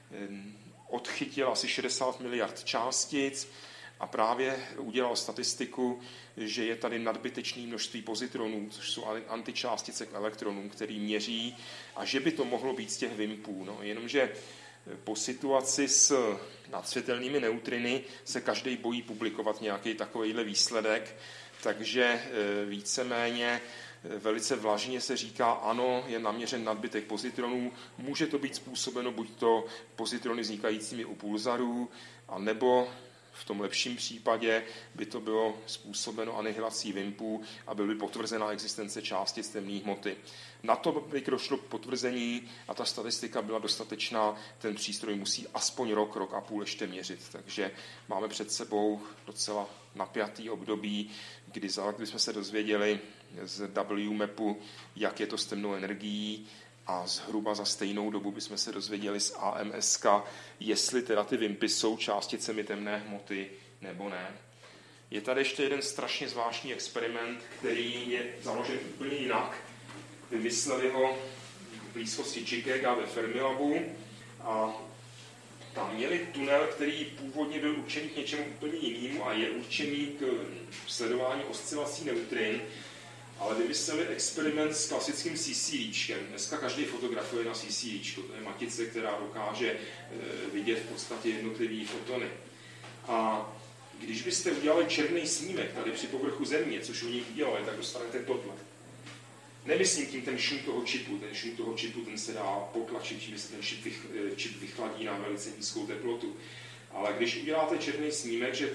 odchytil asi šedesát miliard částic a právě udělal statistiku, že je tady nadbytečné množství pozitronů, což jsou antičástice k elektronům, který měří, a že by to mohlo být z těch vimpů. No, jenomže po situaci s nadsvětelnými neutriny se každý bojí publikovat nějaký takovýhle výsledek, takže víceméně velice vlažně se říká, ano, je naměřen nadbytek pozitronů, může to být způsobeno buď to pozitrony vznikajícími u pulzarů, anebo v tom lepším případě by to bylo způsobeno anihilací vimpů a byla by potvrzena existence částic temné hmoty. Na to by došlo k potvrzení a ta statistika byla dostatečná, ten přístroj musí aspoň rok, rok a půl ještě měřit. Takže máme před sebou docela napjatý období, kdy za kdy jsme se dozvěděli z W mapu, jak je to s temnou energií, a zhruba za stejnou dobu bychom se dozvěděli z A M S ka, jestli teda ty vimpy jsou částicemi temné hmoty nebo ne. Je tady ještě jeden strašně zvláštní experiment, který je založen úplně jinak. Vymysleli ho v blízkosti Chicaga ve Fermilabu a tam měli tunel, který původně byl určený k něčemu úplně jinému a je určený k sledování oscilací neutrin, ale vymysleli experiment s klasickým C C líčkem. Dneska každý fotografuje na C C líčku. To je matice, která dokáže vidět v podstatě jednotlivý fotony. A Když byste udělali černý snímek tady při povrchu země, což oni udělali, tak dostanete tohle. Nemyslím tím ten šum toho čipu, ten šum toho čipu, ten se dá potlačit, čím se ten čip, vych, čip vychladí na velice nízkou teplotu. Ale když uděláte černý snímek, že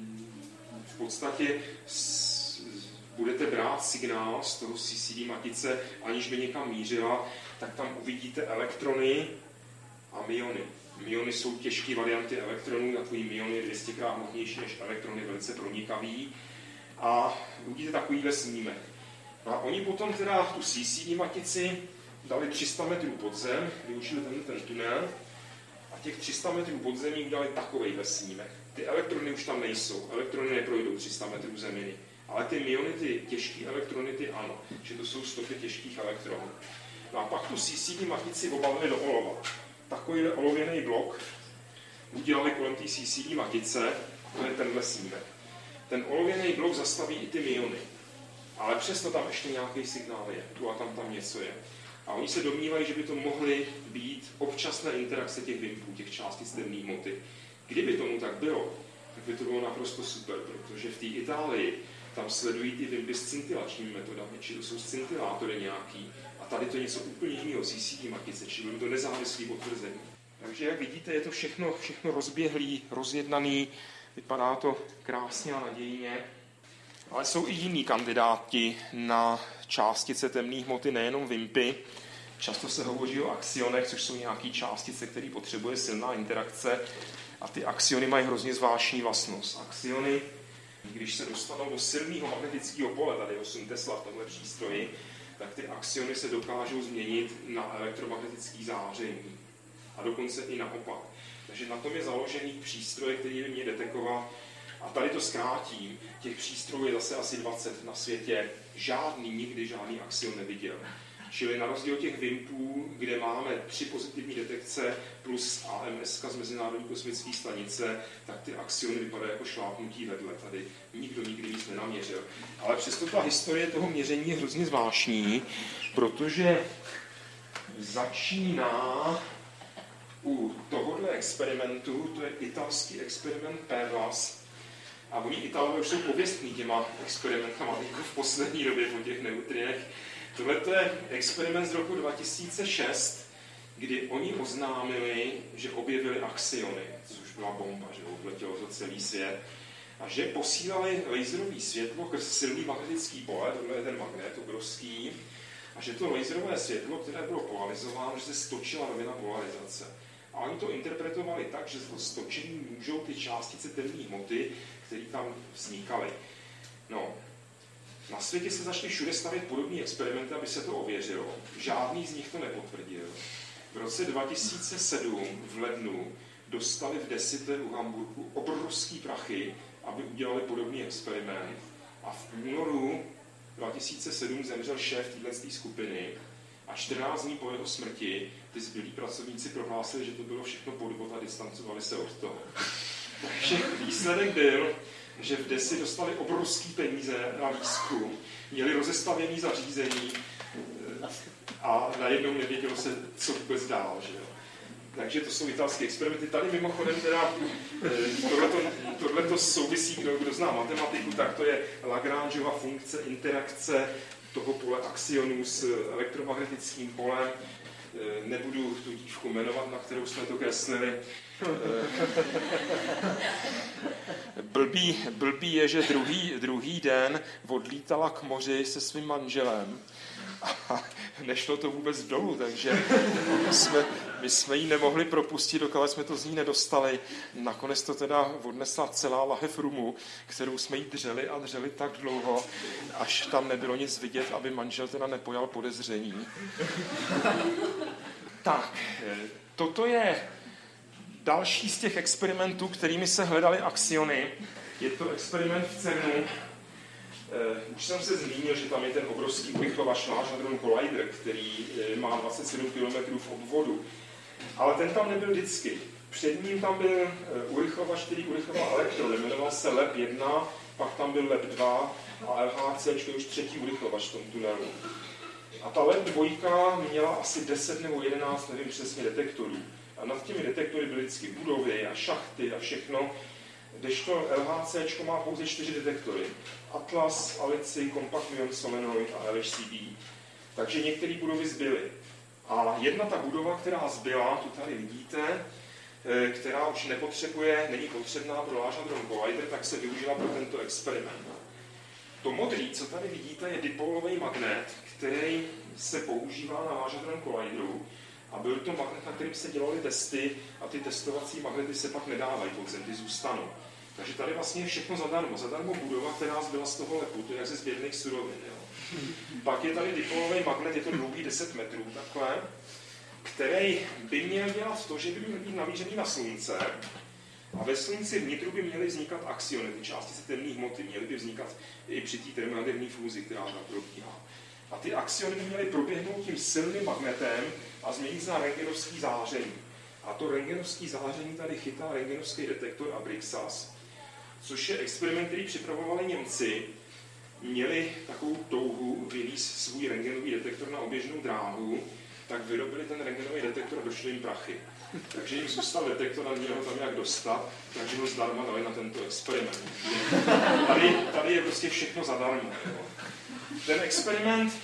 v podstatě budete brát signál z toho C C D matice, aniž by někam mířila, tak tam uvidíte elektrony a myony. Myony jsou těžké varianty elektronů, takový myon je dvě stě krát hmotnější než elektrony, velice pronikavý. A uvidíte takovýhle snímek. No a oni potom teda tu C C D matici dali tři sta metrů pod zem, využili ten, ten tunel a těch tři sta metrů pod zemí udělali takovejhle snímek. Ty elektrony už tam nejsou, elektrony neprojdou tři sta metrů zeminy, ale ty myony, ty těžké elektrony, ty ano, že to jsou stopy těžkých elektronů. No a pak tu C C D matici obalili do olova. Takovýhle olověný blok udělali kolem té C C D matice, to je tenhle snímek. Ten olověný blok zastaví i ty myony. Ale přesto tam ještě nějaký signál je, tu a tam tam něco je. A oni se domnívají, že by to mohly být občasné interakce těch vimpů, těch částic temné hmoty. Kdyby tomu tak bylo, tak by to bylo naprosto super, protože v té Itálii tam sledují ty vimpy s scintilačními metodami, čili to jsou scintilátory nějaký. A tady to je něco úplně jiného, C C D matice, čili bylo to nezávislé potvrzení. Takže jak vidíte, je to všechno, všechno rozběhlý, rozjednaný, vypadá to krásně a nadějně. Ale jsou i jiní kandidáti na částice temné hmoty, nejenom vimpy. Často se hovoří o axionech, což jsou nějaké částice, které potřebuje silná interakce. A ty axiony mají hrozně zvláštní vlastnost. Axiony, když se dostanou do silného magnetického pole, tady osm Tesla v tomhle přístroji, tak ty axiony se dokážou změnit na elektromagnetické záření. A dokonce i naopak. Takže na tom je založený přístroj, který by mě detekovat. A tady to zkrátím, těch přístrojů je zase asi dvacet na světě, žádný, nikdy žádný axion neviděl. Čili na rozdíl těch vimpů, kde máme tři pozitivní detekce plus A M S z Mezinárodní kosmické stanice, tak ty axiony vypadají jako šlápnutí vedle. Tady nikdo nikdy nic nenaměřil. Ale přesto ta historie toho měření je hrozně zvláštní, protože začíná u tohohle experimentu, to je italský experiment Perlas. A oni Italové už jsou pověstní těma experimentama v poslední době po těch neutrinech. Tohle je experiment z roku dva tisíce šest, kdy oni oznámili, že objevili axiony, což byla bomba, že obletělo to celý svět, a že posílali laserové světlo krz silný magnetický pole, tohle je ten magnet obrovský, a že to laserové světlo, které bylo polarizováno, že se stočila rovina polarizace. A oni to interpretovali tak, že to stočení můžou ty částice temné hmoty, které tam vznikaly. No, na světě se začaly všude stavět podobné experimenty, aby se to ověřilo. Žádný z nich to nepotvrdil. V roce dva tisíce sedm v lednu dostali v Desite u Hamburgu obrovský prachy, aby udělali podobný experiment. A v únoru dva tisíce sedm zemřel šéf této skupiny a čtrnáct dní po jeho smrti ty zbylí pracovníci prohlásili, že to bylo všechno podvod a distancovali se od toho. Takže výsledek byl, že v Desi dostali obrovský peníze na výzkum, měli rozestavěný zařízení a najednou nevědělo se, co vůbec dál. Že jo? Takže to jsou italské experimenty. Tady mimochodem teda tohleto, tohleto souvisí, kdo, kdo zná matematiku, tak to je Lagrangeova funkce interakce toho pole axionů s elektromagnetickým polem. Nebudu tu dívku jmenovat, na kterou jsme to kreslili. Blbý, blbý je, že druhý, druhý den odlítala k moři se svým manželem a nešlo to vůbec dolů, takže jsme, my jsme ji nemohli propustit, dokud jsme to z ní nedostali. Nakonec to teda odnesla celá lahev rumu, kterou jsme jí dřeli a dřeli tak dlouho, až tam nebylo nic vidět, aby manžel teda nepojal podezření. Tak, toto je další z těch experimentů, kterými se hledaly axiony. Je to experiment v CERNu. Už jsem se zmínil, že tam je ten obrovský urychlovač Large Hadron Collider, který má dvacet sedm kilometrů v obvodu. Ale ten tam nebyl vždycky. Před ním tam byl urychlovač, který urychloval elektrony. Jmenoval se L E P jedna, pak tam byl L E P dva a L H C, to je už třetí urychlovač v tom tunelu. A ta L E P dva měla asi deset nebo jedenáct, nevím přesně, detektorů. A nad těmi detektory byly vždycky budovy a šachty a všechno. kdežto L H C má pouze čtyři detektory. Atlas, Alici, Compact Ion Solenoid a L H C B. Takže některé budovy zbyly. A jedna ta budova, která zbyla, tu tady vidíte, která už nepotřebuje, není potřebná pro Large Hadron Collider, tak se využila pro tento experiment. To modrý, co tady vidíte, je dipolový magnet, který se používá na Large Hadron Collideru. A byl to magnet, na kterým se dělaly testy a ty testovací magnety se pak nedávají pod zem, ty zůstanou. Takže tady vlastně je všechno zadarmo. Zadarmo budova, která zbyla z toho lepu, to je jak ze sběrných surovin. Jo. Pak je tady dipolový magnet, je to dlouhý deset metrů takhle, který by měl dělat to, že by měl být namířený na slunce a ve slunci vnitru by měly vznikat axiony, ty částice temné hmoty, měly by vznikat i při té termojaderné fúzi, která tam probíhá. A ty axiony by měly proběhnout tím silným magnetem a změnit se na rentgenovský záření. A to rentgenovský záření tady chytá rentgenovský detektor Abrixas, což je experiment, který připravovali Němci. Měli takovou touhu vyvízt svůj rentgenový detektor na oběžnou dráhu, tak vyrobili ten rentgenový detektor a došli jim prachy. Takže jim zůstal detektor a měli ho tam jak dostat, takže ho zdarma dali na tento experiment. Tady, tady je prostě všechno zadarmo. Ten experiment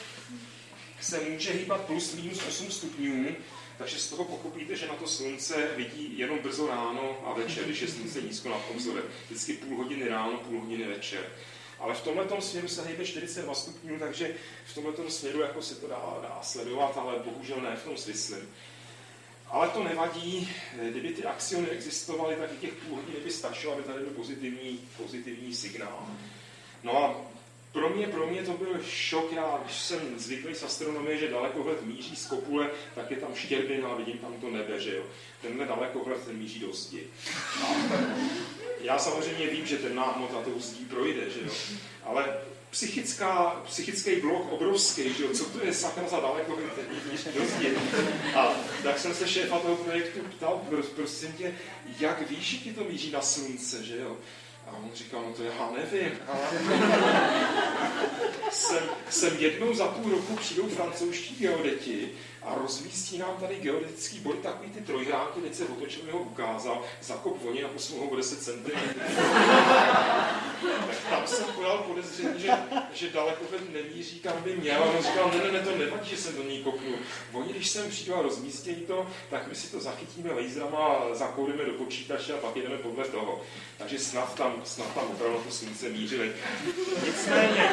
se může hýbat plus minus osm stupňů, takže z toho pochopíte, že na to slunce vidí jenom brzo ráno a večer, když je slunce nízko nad obzorem. Vždycky půl hodiny ráno, půl hodiny večer. Ale v tomhletom směru se hejbe čtyřicet dva stupňů, takže v tomhletom směru jako se to dá, dá sledovat, ale bohužel ne v tom svislém. Ale to nevadí, kdyby ty axiony existovaly, tak i těch půl hodiny by stačilo, aby tady byl pozitivní, pozitivní signál. No a pro mě, pro mě to byl šok, já, když jsem zvyklý z astronomie, že dalekohled míří z kopule, tak je tam štěrbina a vidím tam to nebe, že jo. Tenhle dalekohled, ten míří do zdi. A já samozřejmě vím, že ten náhmota tou zdí projde, že jo. Ale psychická, psychický blok obrovský, že jo, co to je sakra za dalekohled, ten míří do zdi. A tak jsem se šéfa toho projektu ptal, prosím tě, jak víš, že ti to míří na slunce, že jo. A on říkal, no to já nevím, ale jsem, jsem jednou za půl roku přijdou francouzští geodeti a rozmístí nám tady geodetický body, takový ty trojhránky, teď se otočil, ho ukázal, zakop voně a posunul ho o deset centimetrů. Tak tam jsem podal podezření, že, že dalekohled nemíří, kam by měl. A on říkal, ne, ne, ne, to nevadí, že jsem do ní kopnu. Oni, když jsem přijdu a rozmístějí to, tak my si to zachytíme laserama, zakódujeme do počítače a pak jdeme podle toho. Takže snad tam, snad tam opravdu to slunce mířili. Nicméně,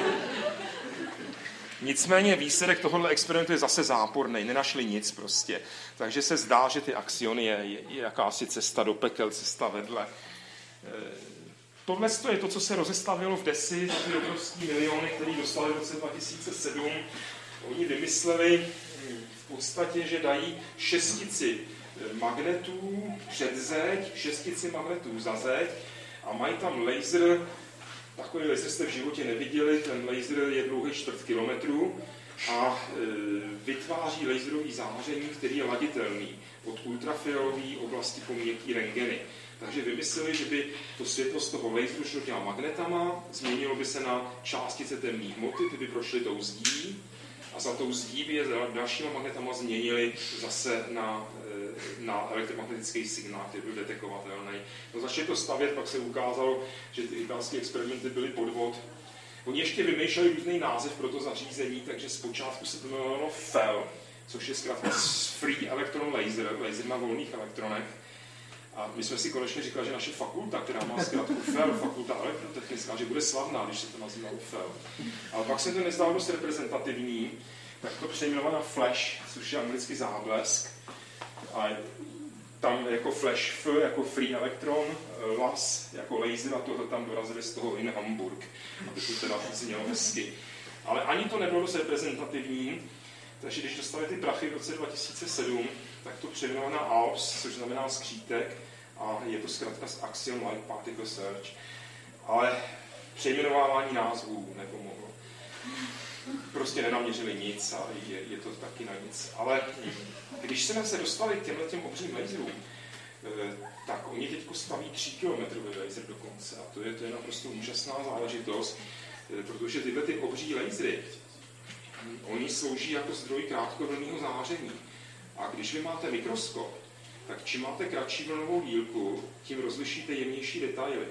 nicméně výsledek tohohle experimentu je zase záporný, nenašli nic prostě. Takže se zdá, že ty axiony je, je, je jakási cesta do pekel, cesta vedle. Tohle je to, co se rozestavilo v DESI, ty obrovský miliony, který dostali v roce dva tisíce sedm. Oni vymysleli v podstatě, že dají šestici magnetů před zeď, šestici magnetů za zeď a mají tam laser, takový laser jste v životě neviděli, ten laser je dlouhý čtvrt kilometru a e, vytváří laserový záření, který je laditelný od ultrafialové oblasti po měkký rentgeny. Takže vymysleli, že by to světlo z toho laseru šlo těma magnetama, změnilo by se na částice temné hmoty, ty by prošly tou zdí a za tou zdí by je dalšíma magnetama změnili zase na, na elektromagnetický signál, který byl detekovatelný. No, začali to stavět, pak se ukázalo, že ty italské experimenty byly podvod. Oni ještě vymýšleli různý název pro to zařízení, takže zpočátku se to jmenovalo F E L, což je zkrátka Free Electron Laser, laser na volných elektronech. A my jsme si konečně říkali, že naše fakulta, která má zkrátku F E L, fakulta elektrotechnická, že bude slavná, když se to nazývalo F E L. Ale pak se to nezdálo dost reprezentativní, tak to přejmenovalo na Flash, což je anglický záblesk. A tam jako Flash F, jako Free Electron, L A S, jako laser a tohle tam dorazili z toho in Hamburg. A to teda znělo hezky. Ale ani to nebylo dost reprezentativní, takže když dostali ty prachy v roce dva tisíce sedm, tak to přejmenovalo na A L S, což znamená skřítek, a je to zkrátka z Axion Light Particle Search. Ale přejmenovávání názvů nepomohlo. Prostě nenaměřili nic a je, je to taky na nic. Ale když jsme se dostali k těmhle těm obřím laserům, tak oni teď staví tři kilometrový laser dokonce. A to je, to je naprosto úžasná záležitost, protože tyhle ty obří lasery, oni slouží jako zdroj krátkovlnného záření. A když vy máte mikroskop, tak čím máte kratší vlnovou dílku, tím rozlišíte jemnější detaily.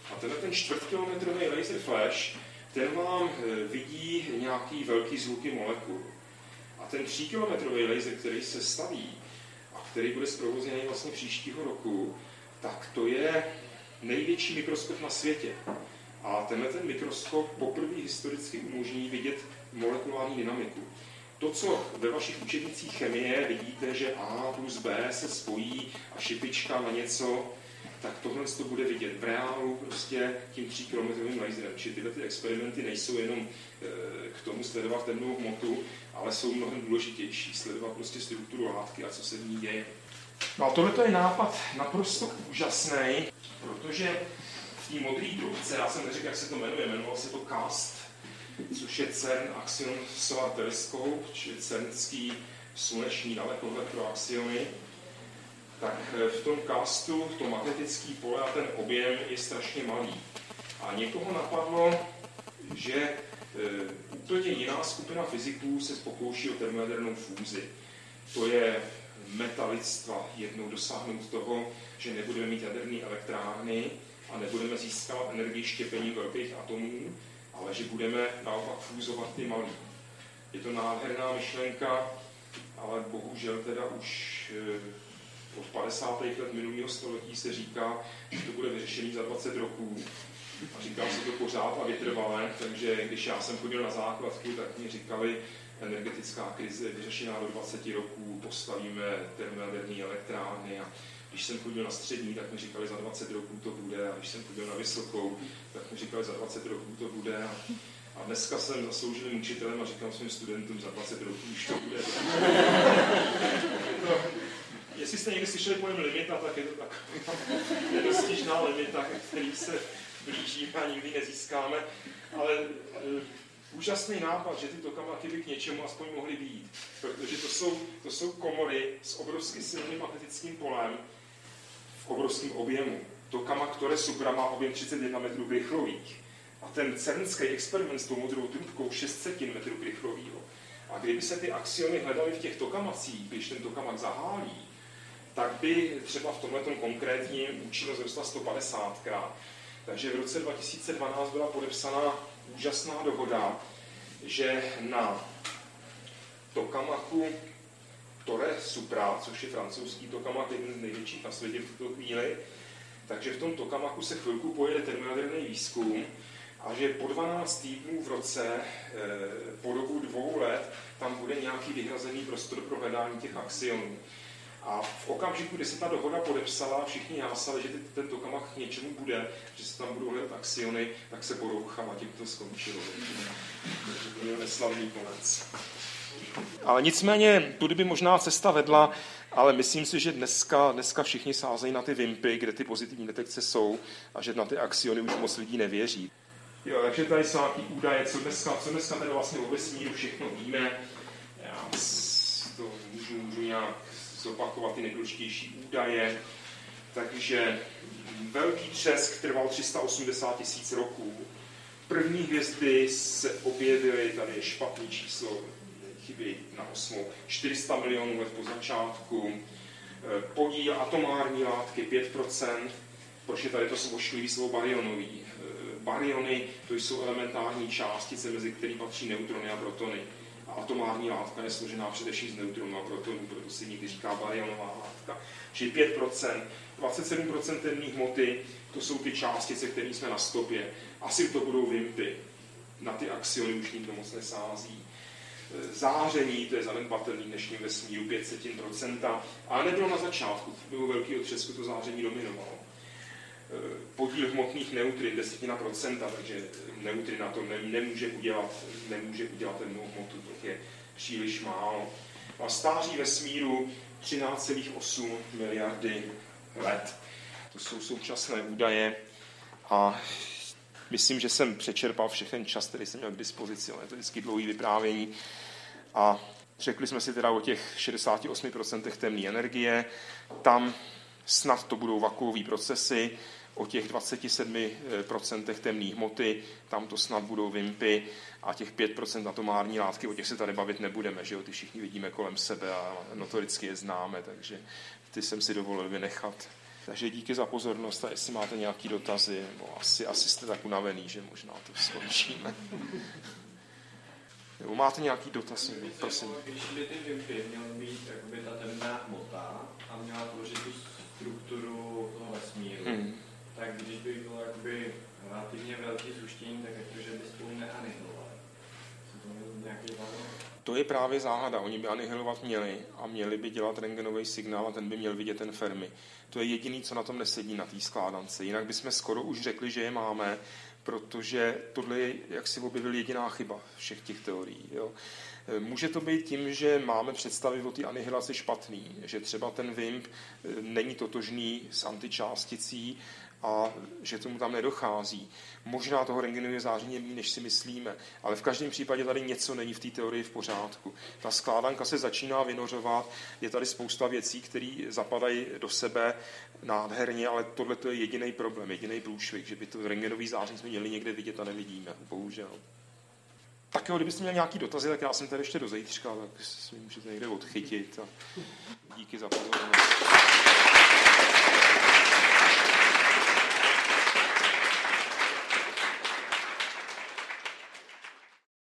A tenhle ten čtvrtkilometrový laser flash, ten vám vidí nějaký velký zvuky molekul. A ten tříkilometrový laser, který se staví a který bude zprovozněný vlastně příštího roku, tak to je největší mikroskop na světě. A tenhle ten mikroskop poprvé historicky umožní vidět molekulární dynamiku. To, co ve vašich učebnicích chemie vidíte, že A plus B se spojí a šipička na něco, tak tohle to bude vidět v reálu prostě tím tříkilometrovým laserem. Čili tyhle ty experimenty nejsou jenom e, k tomu sledovat temnou hmotu, ale jsou mnohem důležitější. Sledovat prostě strukturu látky a co se v ní děje. No a tohle je nápad naprosto úžasný, protože v té modré trubce, já jsem neřekl, jak se to jmenuje, jmenovalo se to CAST, což je CERN Axion Solar Telescope, čili CERNský sluneční dalekohled pro axiony, tak v tom castu to magnetické pole a ten objem je strašně malý. A někoho napadlo, že e, úplně jiná skupina fyziků se pokouší o termojadernou fúzi. To je metalictva jednou dosáhnout toho, že nebudeme mít jaderné elektrárny a nebudeme získávat energii štěpením velkých atomů, ale že budeme naopak fúzovat ty malý. Je to nádherná myšlenka, ale bohužel teda už od padesátých let minulého století se říká, že to bude vyřešený za dvacet roků. A říkám si to pořád a vytrvalé, takže když já jsem chodil na základku, tak mi říkali, energetická krize je vyřešená do dvacet roků, postavíme termojaderné elektrárny. A když jsem chodil na střední, tak mi říkali, za dvacet roků to bude. A když jsem chodil na vysokou, tak mi říkali, za dvacet roků to bude. A, a dneska jsem zaslouženým učitelem a říkám svým studentům, za dvacet roků už to bude. to, jestli jste někdy slyšeli pojem limita, tak je to taková nedostižná limita, který se blížíme a nikdy nezískáme. Ale e, úžasný nápad, že ty tokamaky by k něčemu aspoň mohly být. Protože to jsou, to jsou komory s obrovským silným magnetickým polem v obrovském objemu. Tokamak Torre Supra má objem třicet jedna metrů krychlových. A ten cernský experiment s tou modrou trubkou šest setin metrů krychlového. A kdyby se ty axiony hledaly v těch tokamacích, když ten tokamak zahálí, tak by třeba v tomhletom konkrétním účinnost rostla sto padesátkrát. Takže v roce dva tisíce dvanáct byla podepsaná úžasná dohoda, že na tokamaku Torre Supra, což je francouzský tokamak, jeden z největších na světě v tuto chvíli, takže v tom tokamaku se chvilku pojede termojaderný výzkum a že po dvanáct týdnů v roce, po dobu dvou let, tam bude nějaký vyhrazený prostor pro hledání těch axionů. A v okamžiku, kdy se ta dohoda podepsala, všichni jásali, že ten tokamak k něčemu bude, že se tam budou hledat axiony, tak se porouchal a tím to skončilo. To byl neslavný konec. Ale nicméně, tudy by možná cesta vedla, ale myslím si, že dneska, dneska všichni sázejí na ty vimpy, kde ty pozitivní detekce jsou a že na ty axiony už moc lidí nevěří. Jo, takže tady jsou nějaký údaje, co dneska, co dneska tady vlastně o vesmíru všechno víme. Já to můžu, můžu nějak zopakovat ty nejdůležitější údaje. Takže velký třesk trval tři sta osmdesát tisíc roků. První hvězdy se objevily, tady je špatný číslo, chybí na osmou, čtyři sta milionů let po začátku. Podíl atomární látky pět procent, proč je tady to ošklivý slovo barionový. Baryony, to jsou elementární částice, mezi které patří neutrony a protony. A atomární látka je složená především z neutronů a protonů, proto se někdy říká baryonová látka. Čili pět procent, dvacet sedm procent temné hmoty, to jsou ty částice, které jsme na stopě. Asi to budou vimpy. Na ty axiony už nikdo moc nesází. Záření, to je zanedbatelný v dnešním vesmíru, pět setin procenta, ale nebylo na začátku, bylo velký otřesku, to záření dominovalo. Podíl hmotných neutrin, desetina procenta, takže neutrina to ne, nemůže udělat, nemůže udělat temnou hmotu, to je příliš málo. A stáří vesmíru třináct celá osm miliardy let. To jsou současné údaje a myslím, že jsem přečerpal všechen čas, který jsem měl k dispozici, ale je to vždycky dlouhý vyprávění. A řekli jsme si teda o těch šedesát osm procent temné energie, tam snad to budou vakuové procesy, o těch dvacet sedm procent temné hmoty, tam to snad budou vimpy a těch pět procent atomární látky, o těch se tady bavit nebudeme, že jo, ty všichni vidíme kolem sebe a notoricky je známe, takže ty jsem si dovolil vynechat. Takže díky za pozornost a jestli máte nějaké dotazy, nebo asi, asi jste tak unavený, že možná to skončíme. Nebo máte nějaký dotaz? Prosím. Když by ty vympy měly být jakoby ta temná hmota a měla tvořit tu strukturu toho vesmíru, hmm. tak když by bylo jakoby relativně velký zhuštění, tak jakože by spolu neanihilovali. To je právě záhada. Oni by anihilovat měli a měli by dělat rentgenový signál a ten by měl vidět ten Fermi. To je jediný, co na tom nesedí na té skládance. Jinak bychom skoro už řekli, že je máme, protože tohle je, jak si objevil, jediná chyba všech těch teorií. Jo. Může to být tím, že máme představy o té anihilaci špatný, že třeba ten vimp není totožný s antičásticí a že tomu tam nedochází. Možná toho rentgenového záření je méně, než si myslíme, ale v každém případě tady něco není v té teorii v pořádku. Ta skládanka se začíná vynořovat, je tady spousta věcí, které zapadají do sebe nádherně, ale tohle je jediný problém, jediný průšvih, že by to rentgenový záření jsme měli někde vidět a nevidíme, bohužel. Tak jo, kdybyste měli nějaký dotazy, tak já jsem tady ještě do zítřka, tak si můžete někde odchytit a díky za pozornost.